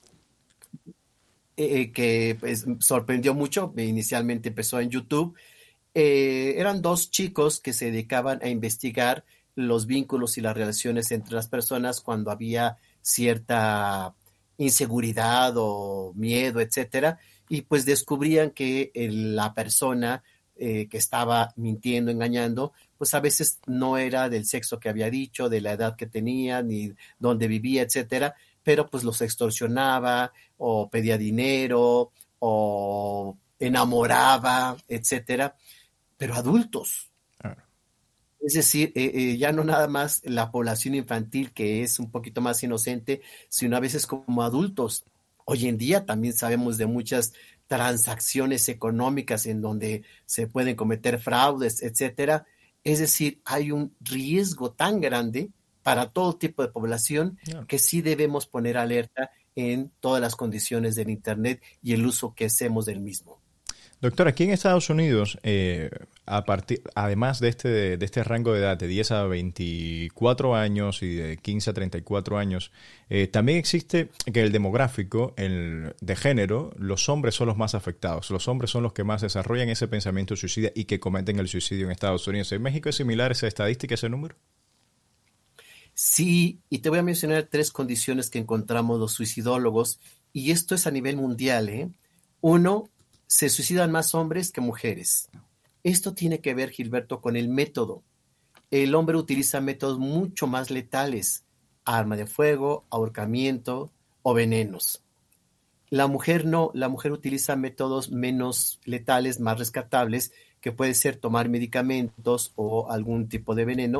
que pues, sorprendió mucho. Inicialmente empezó en YouTube. Eran dos chicos que se dedicaban a investigar los vínculos y las relaciones entre las personas cuando había cierta inseguridad o miedo, etcétera, y pues descubrían que la persona que estaba mintiendo, engañando, pues a veces no era del sexo que había dicho, de la edad que tenía, ni dónde vivía, etcétera, pero pues los extorsionaba o pedía dinero o enamoraba, etcétera, pero adultos. Ah, Es decir, ya no nada más la población infantil que es un poquito más inocente, sino a veces como adultos. Hoy en día también sabemos de muchas transacciones económicas en donde se pueden cometer fraudes, etcétera. Es decir, hay un riesgo tan grande para todo tipo de población no. que sí debemos poner alerta en todas las condiciones del Internet y el uso que hacemos del mismo. Doctor, aquí en Estados Unidos, además de este rango de edad de 10 a 24 años y de 15 a 34 años, también existe que el demográfico, el de género, los hombres son los más afectados. Los hombres son los que más desarrollan ese pensamiento suicida y que cometen el suicidio en Estados Unidos. ¿En México es similar esa estadística, ese número? Sí, y te voy a mencionar 3 condiciones que encontramos los suicidólogos, y esto es a nivel mundial, ¿eh? Uno, se suicidan más hombres que mujeres. Esto tiene que ver, Gilberto, con el método. El hombre utiliza métodos mucho más letales, arma de fuego, ahorcamiento o venenos. La mujer no, la mujer utiliza métodos menos letales, más rescatables, que puede ser tomar medicamentos o algún tipo de veneno,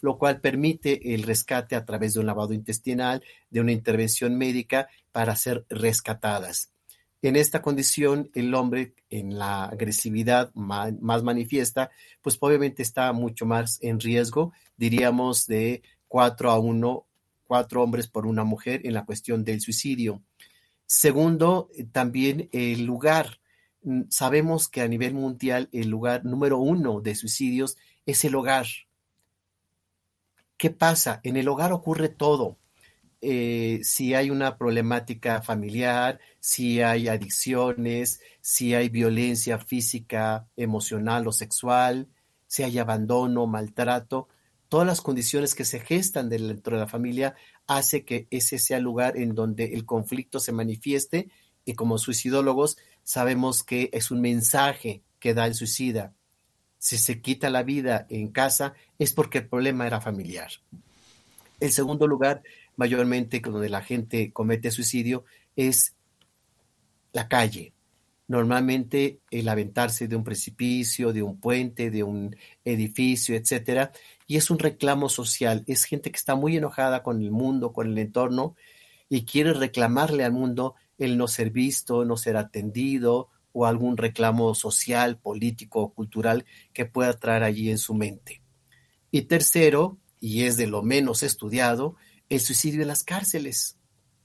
lo cual permite el rescate a través de un lavado intestinal, de una intervención médica para ser rescatadas. En esta condición, el hombre en la agresividad más manifiesta, pues obviamente está mucho más en riesgo, diríamos de 4 hombres por una mujer en la cuestión del suicidio. Segundo, también el lugar. Sabemos que a nivel mundial el lugar número 1 de suicidios es el hogar. ¿Qué pasa? En el hogar ocurre todo. Si hay una problemática familiar, si hay adicciones, si hay violencia física, emocional o sexual, si hay abandono, maltrato, todas las condiciones que se gestan dentro de la familia hace que ese sea el lugar en donde el conflicto se manifieste, y como suicidólogos sabemos que es un mensaje que da el suicida. Si se quita la vida en casa es porque el problema era familiar. El segundo lugar, mayormente donde la gente comete suicidio, es la calle. Normalmente el aventarse de un precipicio, de un puente, de un edificio, etcétera, y es un reclamo social. Es gente que está muy enojada con el mundo, con el entorno, y quiere reclamarle al mundo el no ser visto, no ser atendido, o algún reclamo social, político o cultural que pueda traer allí en su mente. Y tercero, y es de lo menos estudiado, el suicidio en las cárceles.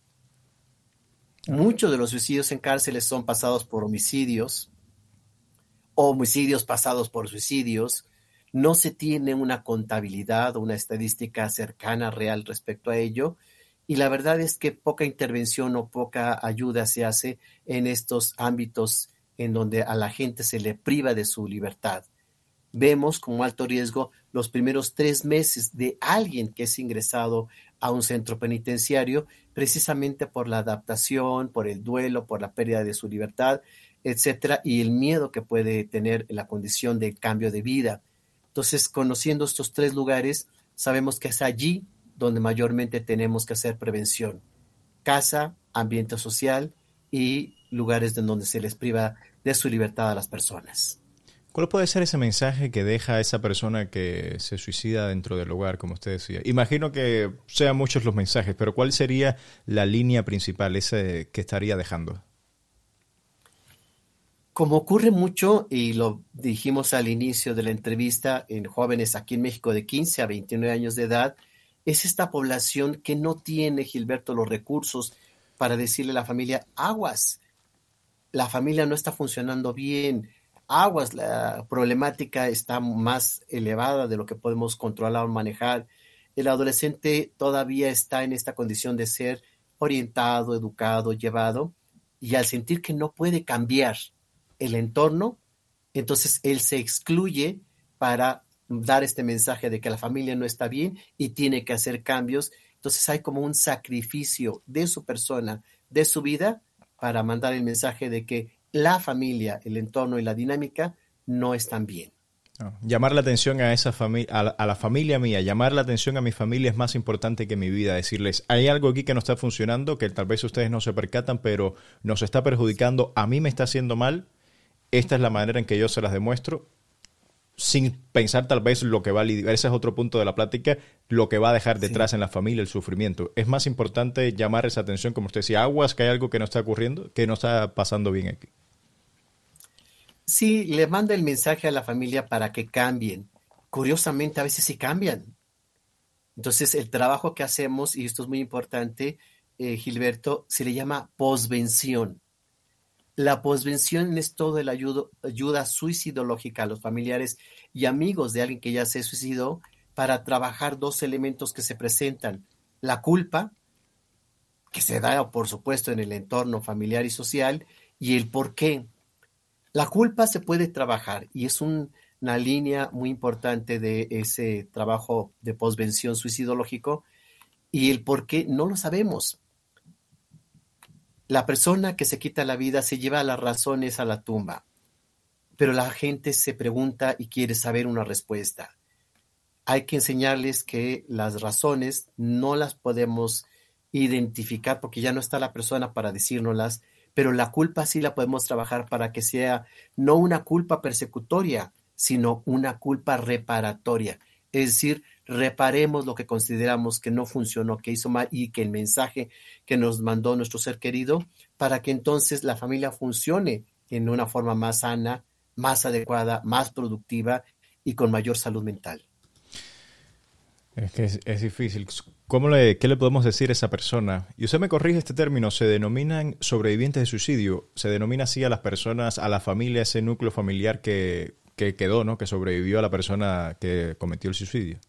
Muchos de los suicidios en cárceles son pasados por homicidios, o homicidios pasados por suicidios. No se tiene una contabilidad o una estadística cercana, real respecto a ello, y la verdad es que poca intervención o poca ayuda se hace en estos ámbitos en donde a la gente se le priva de su libertad. Vemos como alto riesgo los primeros 3 meses de alguien que es ingresado a un centro penitenciario, precisamente por la adaptación, por el duelo, por la pérdida de su libertad, etcétera, y el miedo que puede tener la condición de cambio de vida. Entonces, conociendo estos 3 lugares, sabemos que es allí donde mayormente tenemos que hacer prevención: casa, ambiente social y lugares en donde se les priva de su libertad a las personas. ¿Cuál puede ser ese mensaje que deja esa persona que se suicida dentro del hogar, como usted decía? Imagino que sean muchos los mensajes, pero ¿cuál sería la línea principal, ese que estaría dejando? Como ocurre mucho, y lo dijimos al inicio de la entrevista, en jóvenes aquí en México de 15 a 29 años de edad, es esta población que no tiene, Gilberto, los recursos para decirle a la familia: aguas, la familia no está funcionando bien, aguas, la problemática está más elevada de lo que podemos controlar o manejar. El adolescente todavía está en esta condición de ser orientado, educado, llevado, y al sentir que no puede cambiar el entorno, entonces él se excluye para dar este mensaje de que la familia no está bien y tiene que hacer cambios. Entonces hay como un sacrificio de su persona, de su vida, para mandar el mensaje de que la familia, el entorno y la dinámica no están bien. Llamar la atención a esa familia, a la familia mía, llamar la atención a mi familia es más importante que mi vida. Decirles: hay algo aquí que no está funcionando, que tal vez ustedes no se percatan, pero nos está perjudicando, a mí me está haciendo mal. Esta es la manera en que yo se las demuestro, sin pensar tal vez lo que va a lidiar. Ese es otro punto de la plática, lo que va a dejar detrás en la familia, el sufrimiento. Es más importante llamar esa atención, como usted decía, aguas, que hay algo que no está ocurriendo, que no está pasando bien aquí. Sí, le manda el mensaje a la familia para que cambien. Curiosamente, a veces sí cambian. Entonces, el trabajo que hacemos, y esto es muy importante, Gilberto, se le llama posvención. La posvención es todo el ayuda suicidológica a los familiares y amigos de alguien que ya se suicidó, para trabajar 2 elementos que se presentan: la culpa, que se da, por supuesto, en el entorno familiar y social, y el por qué. La culpa se puede trabajar y es una línea muy importante de ese trabajo de posvención suicidológico, y el por qué no lo sabemos. La persona que se quita la vida se lleva las razones a la tumba, pero la gente se pregunta y quiere saber una respuesta. Hay que enseñarles que las razones no las podemos identificar porque ya no está la persona para decírnoslas, pero la culpa sí la podemos trabajar para que sea no una culpa persecutoria, sino una culpa reparatoria. Es decir, reparemos lo que consideramos que no funcionó, que hizo mal y que el mensaje que nos mandó nuestro ser querido, para que entonces la familia funcione en una forma más sana, más adecuada, más productiva y con mayor salud mental. Es que es difícil. ¿Qué le podemos decir a esa persona? Y usted me corrige este término, se denominan sobrevivientes de suicidio. Se denomina así a las personas, a la familia, ese núcleo familiar que quedó, ¿no? Que sobrevivió a la persona que cometió el suicidio.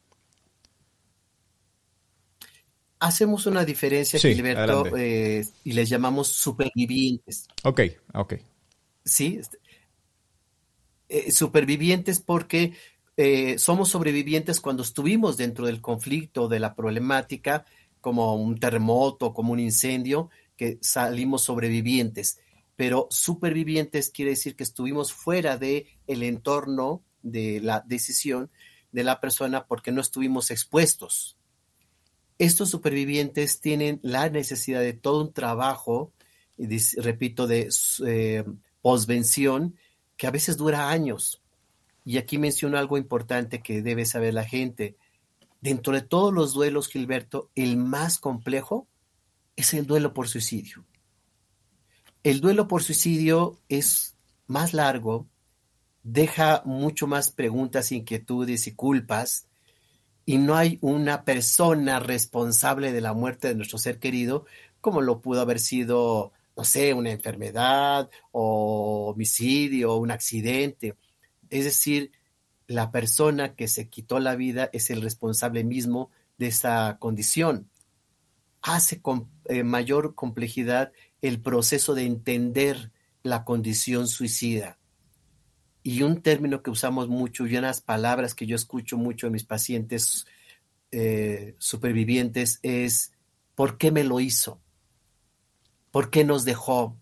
Hacemos una diferencia, Sí, Gilberto, adelante. y les llamamos supervivientes, Ok, ok. ¿sí? Supervivientes porque somos sobrevivientes cuando estuvimos dentro del conflicto, de la problemática, como un terremoto, como un incendio, que salimos sobrevivientes. Pero supervivientes quiere decir que estuvimos fuera de el entorno de la decisión de la persona porque no estuvimos expuestos. Estos supervivientes tienen la necesidad de todo un trabajo, y repito, de posvención, que a veces dura años. Y aquí menciono algo importante que debe saber la gente. Dentro de todos los duelos, Gilberto, el más complejo es el duelo por suicidio. El duelo por suicidio es más largo, deja mucho más preguntas, inquietudes y culpas, y no hay una persona responsable de la muerte de nuestro ser querido, como lo pudo haber sido, no sé, una enfermedad o homicidio o un accidente. Es decir, la persona que se quitó la vida es el responsable mismo de esa condición. Hace con mayor complejidad el proceso de entender la condición suicida. Y un término que usamos mucho y unas palabras que yo escucho mucho en mis pacientes supervivientes es ¿por qué me lo hizo? ¿Por qué nos dejó?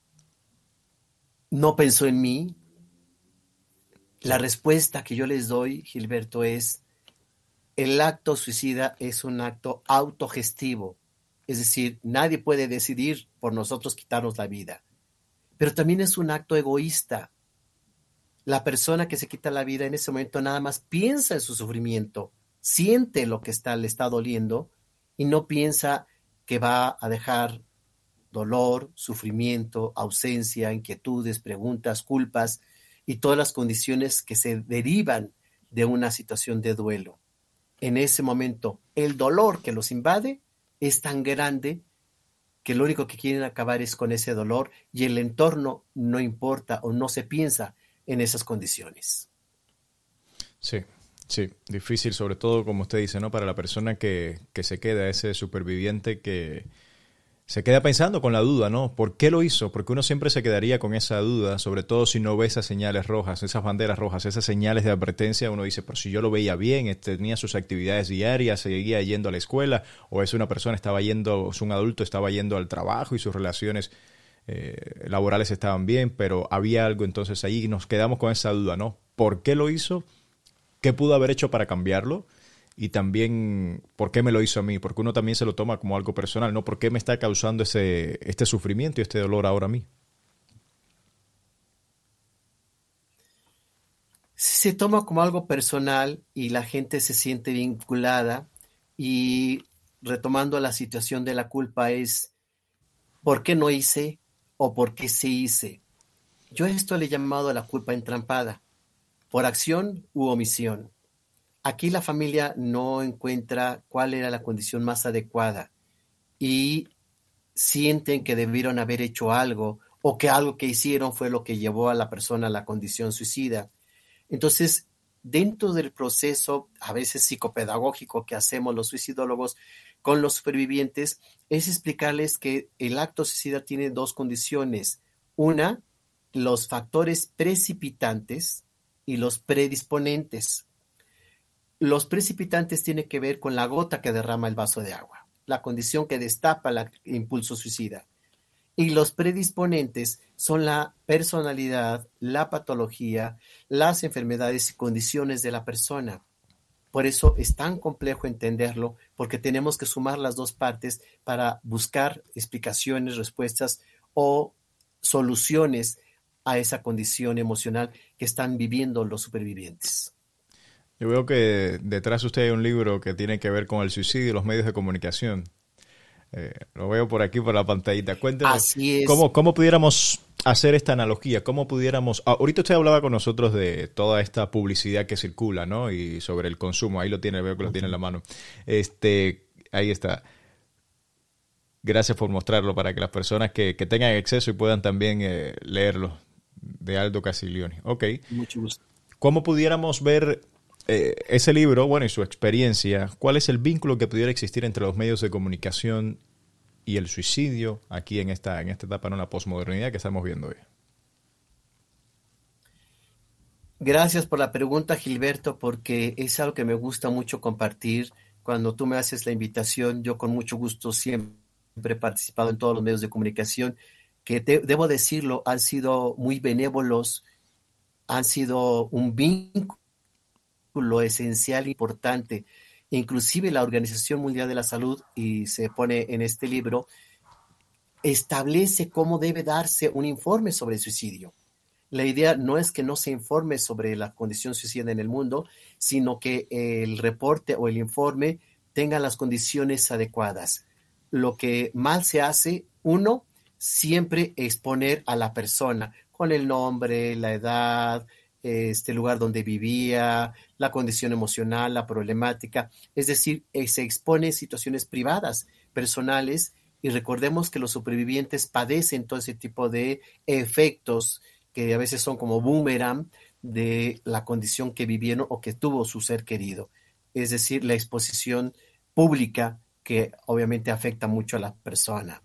¿No pensó en mí? La Sí, respuesta que yo les doy, Gilberto, es el acto suicida es un acto autogestivo, es decir, nadie puede decidir por nosotros quitarnos la vida, pero también es un acto egoísta. La persona que se quita la vida en ese momento nada más piensa en su sufrimiento, siente lo que le está doliendo y no piensa que va a dejar dolor, sufrimiento, ausencia, inquietudes, preguntas, culpas y todas las condiciones que se derivan de una situación de duelo. En ese momento, el dolor que los invade es tan grande que lo único que quieren acabar es con ese dolor y el entorno no importa o no se piensa en esas condiciones. sí, sí. Difícil, sobre todo, como usted dice, ¿no? Para la persona que se queda, ese superviviente que se queda pensando con la duda, ¿no? ¿Por qué lo hizo? Porque uno siempre se quedaría con esa duda, sobre todo si no ve esas señales rojas, esas banderas rojas, esas señales de advertencia. Uno dice, pero si yo lo veía bien, tenía sus actividades diarias, seguía yendo a la escuela, o es una persona, estaba yendo, es un adulto, estaba yendo al trabajo y sus relaciones laborales estaban bien, pero había algo entonces ahí y nos quedamos con esa duda, ¿no? ¿Por qué lo hizo? ¿Qué pudo haber hecho para cambiarlo? Y también, ¿por qué me lo hizo a mí? Porque uno también se lo toma como algo personal, ¿no? ¿Por qué me está causando este sufrimiento y este dolor ahora a mí? Se toma como algo personal y la gente se siente vinculada y retomando la situación de la culpa es ¿por qué no hice o por qué sí hice? Yo a esto le he llamado la culpa entrampada, por acción u omisión. Aquí la familia no encuentra cuál era la condición más adecuada y sienten que debieron haber hecho algo o que algo que hicieron fue lo que llevó a la persona a la condición suicida. Entonces, dentro del proceso, a veces psicopedagógico que hacemos los suicidólogos con los supervivientes, es explicarles que el acto suicida tiene dos condiciones. Una, los factores precipitantes y los predisponentes. Los precipitantes tienen que ver con la gota que derrama el vaso de agua, la condición que destapa el impulso suicida. Y los predisponentes son la personalidad, la patología, las enfermedades y condiciones de la persona. Por eso es tan complejo entenderlo, porque tenemos que sumar las dos partes para buscar explicaciones, respuestas o soluciones a esa condición emocional que están viviendo los supervivientes. Yo veo que detrás de usted hay un libro que tiene que ver con el suicidio y los medios de comunicación. Lo veo por aquí, por la pantallita. Cuénteme, Así es. ¿cómo pudiéramos hacer esta analogía? ¿Cómo pudiéramos... ahorita usted hablaba con nosotros de toda esta publicidad que circula, ¿no? Y sobre el consumo. Ahí lo tiene, veo que lo tiene en la mano. Ahí está. Gracias por mostrarlo para que las personas que tengan acceso y puedan también leerlo, de Aldo Castiglioni. Ok. Mucho gusto. ¿Cómo pudiéramos ver ese libro, bueno, y su experiencia? ¿Cuál es el vínculo que pudiera existir entre los medios de comunicación y el suicidio aquí en esta etapa, ¿no? La posmodernidad que estamos viendo hoy? Gracias por la pregunta, Gilberto, porque es algo que me gusta mucho compartir. Cuando tú me haces la invitación, yo con mucho gusto siempre he participado en todos los medios de comunicación, que debo decirlo, han sido muy benévolos, han sido un vínculo esencial, importante. Inclusive la Organización Mundial de la Salud, y se pone en este libro, establece cómo debe darse un informe sobre el suicidio. La idea no es que no se informe sobre la condición suicida en el mundo, sino que el reporte o el informe tenga las condiciones adecuadas. Lo que mal se hace, uno, siempre exponer a la persona con el nombre, la edad, este lugar donde vivía, la condición emocional, la problemática. Es decir, se expone situaciones privadas, personales, y recordemos que los supervivientes padecen todo ese tipo de efectos que a veces son como boomerang de la condición que vivieron o que tuvo su ser querido. Es decir, la exposición pública que obviamente afecta mucho a la persona.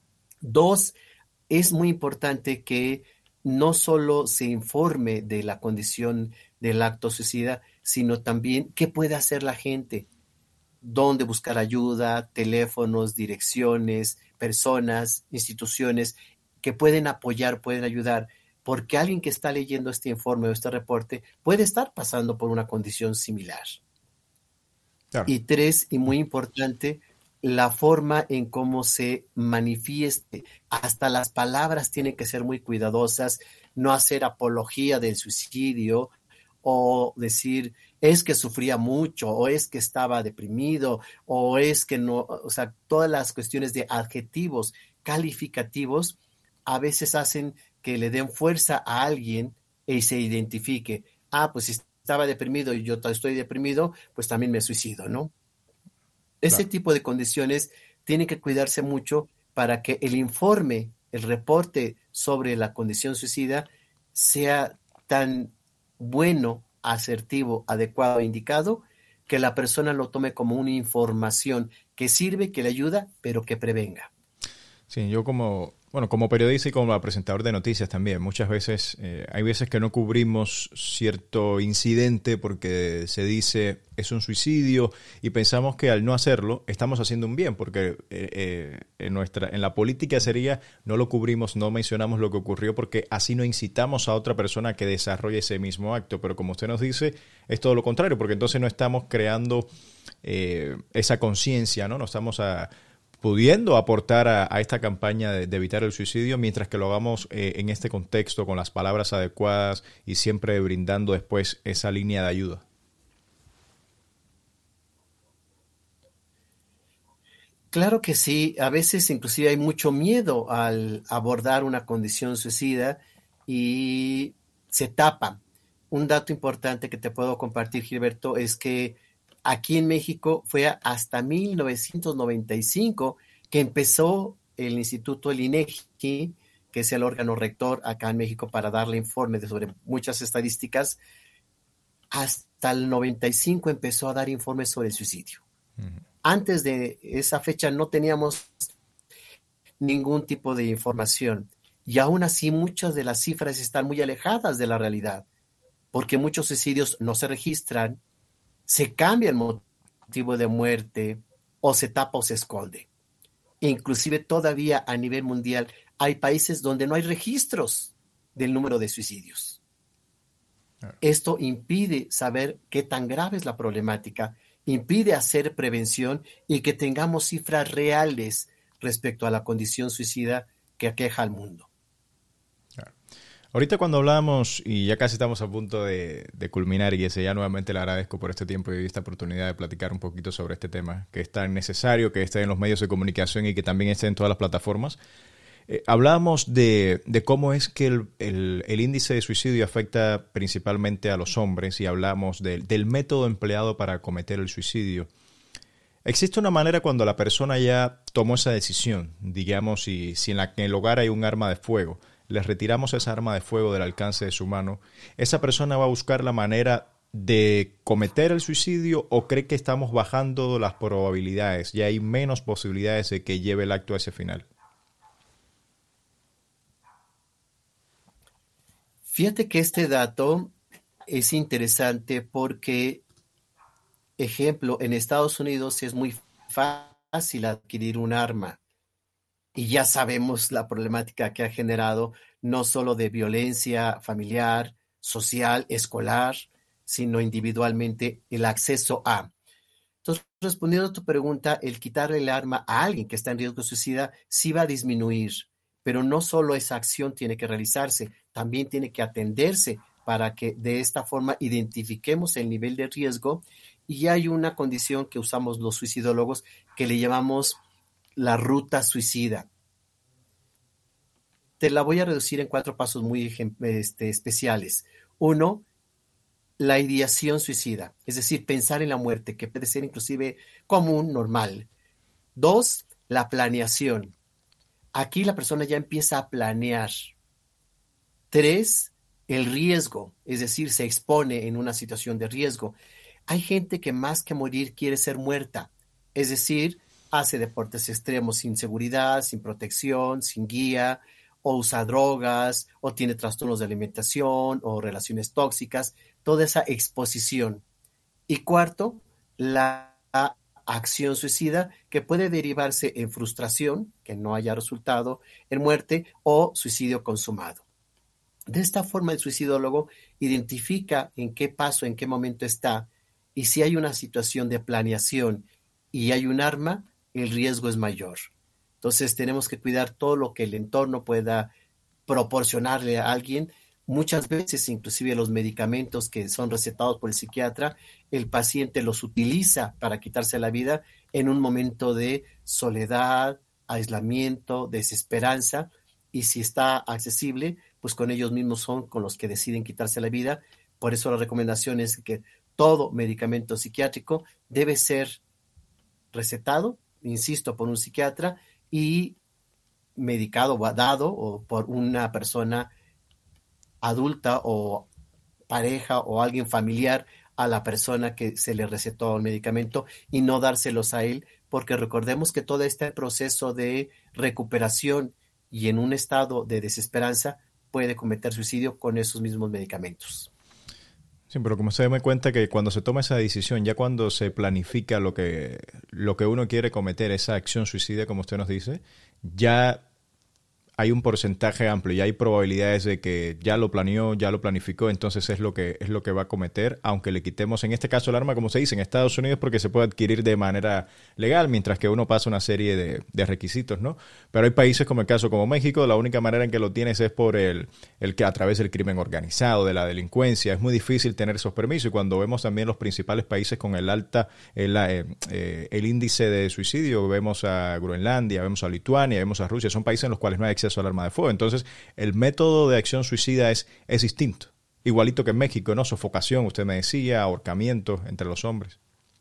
Dos, es muy importante que no solo se informe de la condición del acto suicida, sino también qué puede hacer la gente, dónde buscar ayuda, teléfonos, direcciones, personas, instituciones que pueden apoyar, pueden ayudar, porque alguien que está leyendo este informe o este reporte puede estar pasando por una condición similar. Claro. Y tres, y muy importante, la forma en cómo se manifieste. Hasta las palabras tienen que ser muy cuidadosas, no hacer apología del suicidio o decir es que sufría mucho o es que estaba deprimido o es que no, o sea, todas las cuestiones de adjetivos calificativos a veces hacen que le den fuerza a alguien y se identifique. Ah, pues si estaba deprimido y yo estoy deprimido, pues también me suicido, ¿no? Ese Claro. tipo de condiciones tienen que cuidarse mucho para que el informe, el reporte sobre la condición suicida sea tan bueno, asertivo, adecuado e indicado que la persona lo tome como una información que sirve, que le ayuda, pero que prevenga. Sí, yo como periodista y como presentador de noticias también, muchas veces, hay veces que no cubrimos cierto incidente porque se dice es un suicidio y pensamos que al no hacerlo estamos haciendo un bien, porque en la política sería no lo cubrimos, no mencionamos lo que ocurrió porque así no incitamos a otra persona a que desarrolle ese mismo acto, pero como usted nos dice, es todo lo contrario, porque entonces no estamos creando esa conciencia, ¿no? No estamos pudiendo aportar a esta campaña de evitar el suicidio, mientras que lo hagamos en este contexto, con las palabras adecuadas y siempre brindando después esa línea de ayuda. Claro que sí, a veces inclusive hay mucho miedo al abordar una condición suicida y se tapa. Un dato importante que te puedo compartir, Gilberto, es que aquí en México fue hasta 1995 que empezó el Instituto, el INEGI, que es el órgano rector acá en México para darle informes sobre muchas estadísticas. Hasta el 95 empezó a dar informes sobre el suicidio. Antes de esa fecha no teníamos ningún tipo de información y aún así muchas de las cifras están muy alejadas de la realidad porque muchos suicidios no se registran, se cambia el motivo de muerte o se tapa o se esconde. Inclusive todavía a nivel mundial hay países donde no hay registros del número de suicidios. Esto impide saber qué tan grave es la problemática, impide hacer prevención y que tengamos cifras reales respecto a la condición suicida que aqueja al mundo. Ahorita cuando hablamos, y ya casi estamos a punto de culminar, y ese ya nuevamente le agradezco por este tiempo y esta oportunidad de platicar un poquito sobre este tema, que es tan necesario, que esté en los medios de comunicación y que también esté en todas las plataformas. Hablábamos de cómo es que el índice de suicidio afecta principalmente a los hombres y hablamos del método empleado para cometer el suicidio. ¿Existe una manera cuando la persona ya tomó esa decisión, digamos, si en el hogar hay un arma de fuego, le retiramos esa arma de fuego del alcance de su mano, esa persona va a buscar la manera de cometer el suicidio o cree que estamos bajando las probabilidades y hay menos posibilidades de que lleve el acto a ese final? Fíjate que este dato es interesante porque, ejemplo, en Estados Unidos es muy fácil adquirir un arma y ya sabemos la problemática que ha generado no solo de violencia familiar, social, escolar, sino individualmente el acceso a. Entonces, respondiendo a tu pregunta, el quitarle el arma a alguien que está en riesgo de suicida sí va a disminuir, pero no solo esa acción tiene que realizarse, también tiene que atenderse para que de esta forma identifiquemos el nivel de riesgo. Y hay una condición que usamos los suicidólogos que le llamamos la ruta suicida. Te la voy a reducir en 4 pasos muy especiales. 1, la ideación suicida, es decir, pensar en la muerte, que puede ser inclusive común, normal. 2, la planeación. Aquí la persona ya empieza a planear. 3, el riesgo, es decir, se expone en una situación de riesgo. Hay gente que más que morir quiere ser muerta, es decir, hace deportes extremos sin seguridad, sin protección, sin guía, o usa drogas, o tiene trastornos de alimentación, o relaciones tóxicas, toda esa exposición. Y 4, la acción suicida, que puede derivarse en frustración, que no haya resultado, en muerte o suicidio consumado. De esta forma, el suicidólogo identifica en qué paso, en qué momento está, y si hay una situación de planeación y hay un arma, el riesgo es mayor. Entonces, tenemos que cuidar todo lo que el entorno pueda proporcionarle a alguien. Muchas veces, inclusive los medicamentos que son recetados por el psiquiatra, el paciente los utiliza para quitarse la vida en un momento de soledad, aislamiento, desesperanza, y si está accesible, pues con ellos mismos son con los que deciden quitarse la vida. Por eso la recomendación es que todo medicamento psiquiátrico debe ser recetado, insisto, por un psiquiatra y medicado o dado o por una persona adulta o pareja o alguien familiar a la persona que se le recetó el medicamento y no dárselos a él, porque recordemos que todo este proceso de recuperación y en un estado de desesperanza puede cometer suicidio con esos mismos medicamentos. Sí, pero como se da cuenta que cuando se toma esa decisión, ya cuando se planifica lo que uno quiere cometer, esa acción suicida, como usted nos dice, ya hay un porcentaje amplio, ya hay probabilidades de que ya lo planeó, ya lo planificó, entonces es lo que va a cometer, aunque le quitemos, en este caso, el arma, como se dice, en Estados Unidos, porque se puede adquirir de manera legal, mientras que uno pasa una serie de requisitos, ¿no? Pero hay países como el caso como México, la única manera en que lo tienes es por el que a través del crimen organizado, de la delincuencia, es muy difícil tener esos permisos, y cuando vemos también los principales países con el índice de suicidio, vemos a Groenlandia, vemos a Lituania, vemos a Rusia, son países en los cuales no hay acceso al arma de fuego. Entonces, el método de acción suicida es distinto. Igualito que en México, ¿no? Sofocación, usted me decía, ahorcamiento entre los hombres.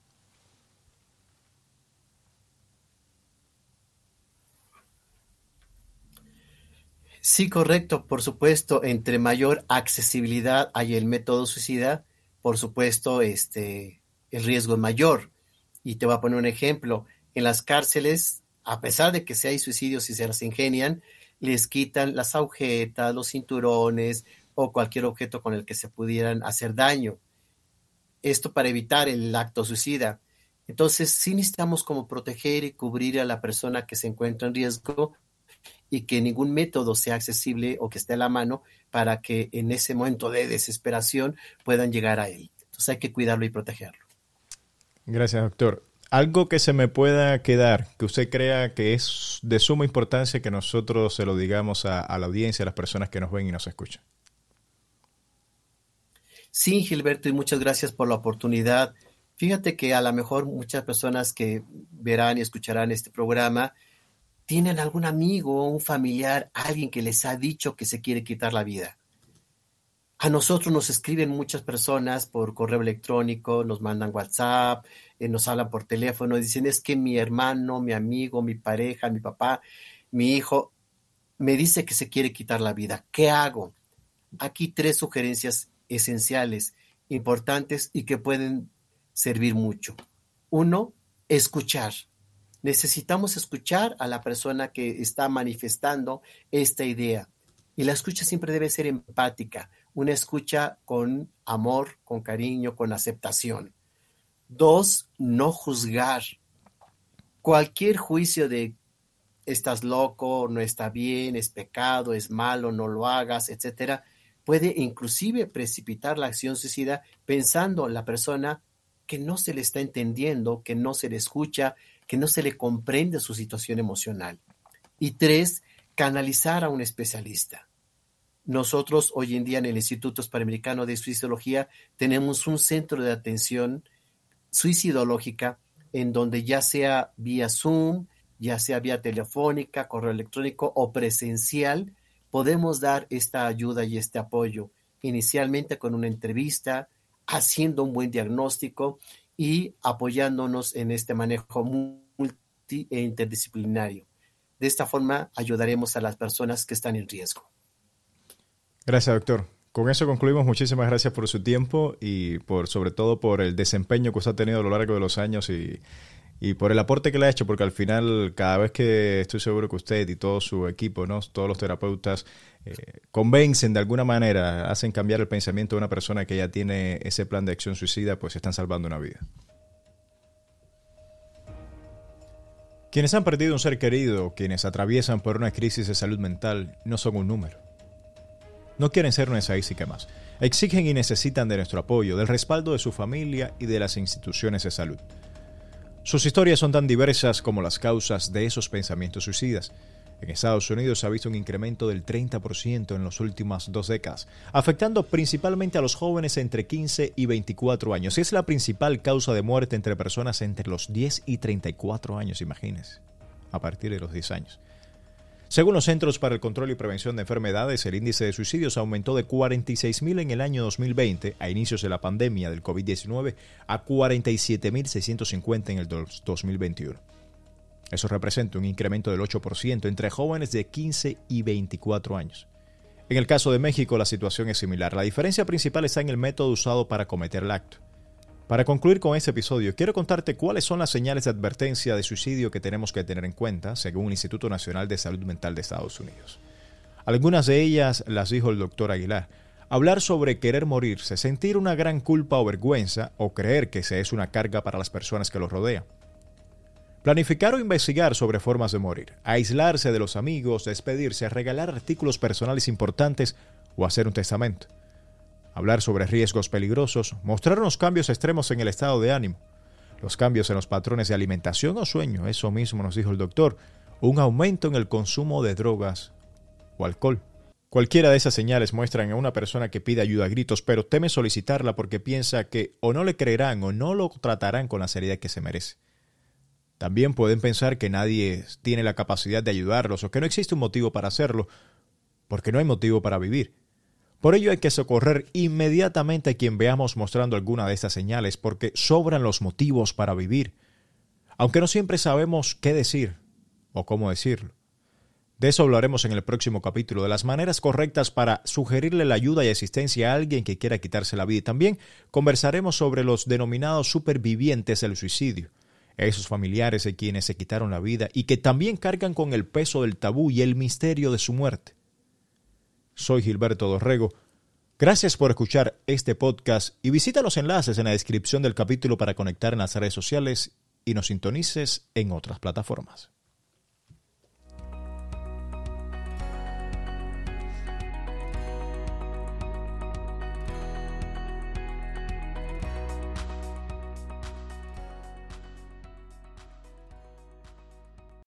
Sí, correcto, por supuesto, entre mayor accesibilidad hay el método suicida, por supuesto, el riesgo es mayor. Y te voy a poner un ejemplo. En las cárceles, a pesar de que si hay suicidios y se las ingenian, les quitan las agujetas, los cinturones o cualquier objeto con el que se pudieran hacer daño. Esto para evitar el acto suicida. Entonces, sí necesitamos como proteger y cubrir a la persona que se encuentra en riesgo y que ningún método sea accesible o que esté a la mano para que en ese momento de desesperación puedan llegar a él. Entonces hay que cuidarlo y protegerlo. Gracias, doctor. Algo que se me pueda quedar, que usted crea que es de suma importancia que nosotros se lo digamos a la audiencia, a las personas que nos ven y nos escuchan. Sí, Gilberto, y muchas gracias por la oportunidad. Fíjate que a lo mejor muchas personas que verán y escucharán este programa tienen algún amigo, un familiar, alguien que les ha dicho que se quiere quitar la vida. A nosotros nos escriben muchas personas por correo electrónico, nos mandan WhatsApp, nos hablan por teléfono, dicen es que mi hermano, mi amigo, mi pareja, mi papá, mi hijo me dice que se quiere quitar la vida. ¿Qué hago? Aquí 3 sugerencias esenciales, importantes y que pueden servir mucho. 1, escuchar. Necesitamos escuchar a la persona que está manifestando esta idea. Y la escucha siempre debe ser empática, una escucha con amor, con cariño, con aceptación. 2, no juzgar. Cualquier juicio de estás loco, no está bien, es pecado, es malo, no lo hagas, etcétera, puede inclusive precipitar la acción suicida pensando en la persona que no se le está entendiendo, que no se le escucha, que no se le comprende su situación emocional. Y 3, canalizar a un especialista. Nosotros hoy en día en el Instituto Panamericano de Suicidología tenemos un centro de atención suicidológica en donde ya sea vía Zoom, ya sea vía telefónica, correo electrónico o presencial, podemos dar esta ayuda y este apoyo, inicialmente con una entrevista, haciendo un buen diagnóstico y apoyándonos en este manejo multi e interdisciplinario. De esta forma ayudaremos a las personas que están en riesgo. Gracias, doctor. Con eso concluimos. Muchísimas gracias por su tiempo y sobre todo por el desempeño que usted ha tenido a lo largo de los años y por el aporte que le ha hecho, porque al final, cada vez que estoy seguro que usted y todo su equipo, ¿no?, todos los terapeutas, convencen de alguna manera, hacen cambiar el pensamiento de una persona que ya tiene ese plan de acción suicida, pues están salvando una vida. Quienes han perdido un ser querido, quienes atraviesan por una crisis de salud mental, no son un número. No quieren ser una estadística más. Exigen y necesitan de nuestro apoyo, del respaldo de su familia y de las instituciones de salud. Sus historias son tan diversas como las causas de esos pensamientos suicidas. En Estados Unidos se ha visto un incremento del 30% en las últimas 2 décadas, afectando principalmente a los jóvenes entre 15 y 24 años. Y es la principal causa de muerte entre personas entre los 10 y 34 años, imagínense, a partir de los 10 años. Según los Centros para el Control y Prevención de Enfermedades, el índice de suicidios aumentó de 46.000 en el año 2020, a inicios de la pandemia del COVID-19, a 47.650 en el 2021. Eso representa un incremento del 8% entre jóvenes de 15 y 24 años. En el caso de México, la situación es similar. La diferencia principal está en el método usado para cometer el acto. Para concluir con este episodio, quiero contarte cuáles son las señales de advertencia de suicidio que tenemos que tener en cuenta, según el Instituto Nacional de Salud Mental de Estados Unidos. Algunas de ellas las dijo el doctor Aguilar. Hablar sobre querer morirse, sentir una gran culpa o vergüenza, o creer que se es una carga para las personas que lo rodean. Planificar o investigar sobre formas de morir, aislarse de los amigos, despedirse, regalar artículos personales importantes o hacer un testamento. Hablar sobre riesgos peligrosos, mostrar unos cambios extremos en el estado de ánimo, los cambios en los patrones de alimentación o sueño, eso mismo nos dijo el doctor, un aumento en el consumo de drogas o alcohol. Cualquiera de esas señales muestran a una persona que pide ayuda a gritos, pero teme solicitarla porque piensa que o no le creerán o no lo tratarán con la seriedad que se merece. También pueden pensar que nadie tiene la capacidad de ayudarlos o que no existe un motivo para hacerlo, porque no hay motivo para vivir. Por ello hay que socorrer inmediatamente a quien veamos mostrando alguna de estas señales, porque sobran los motivos para vivir, aunque no siempre sabemos qué decir o cómo decirlo. De eso hablaremos en el próximo capítulo, de las maneras correctas para sugerirle la ayuda y asistencia a alguien que quiera quitarse la vida. Y también conversaremos sobre los denominados supervivientes del suicidio, esos familiares de quienes se quitaron la vida y que también cargan con el peso del tabú y el misterio de su muerte. Soy Gilberto Dorrego. Gracias por escuchar este podcast y visita los enlaces en la descripción del capítulo para conectar en las redes sociales y nos sintonices en otras plataformas.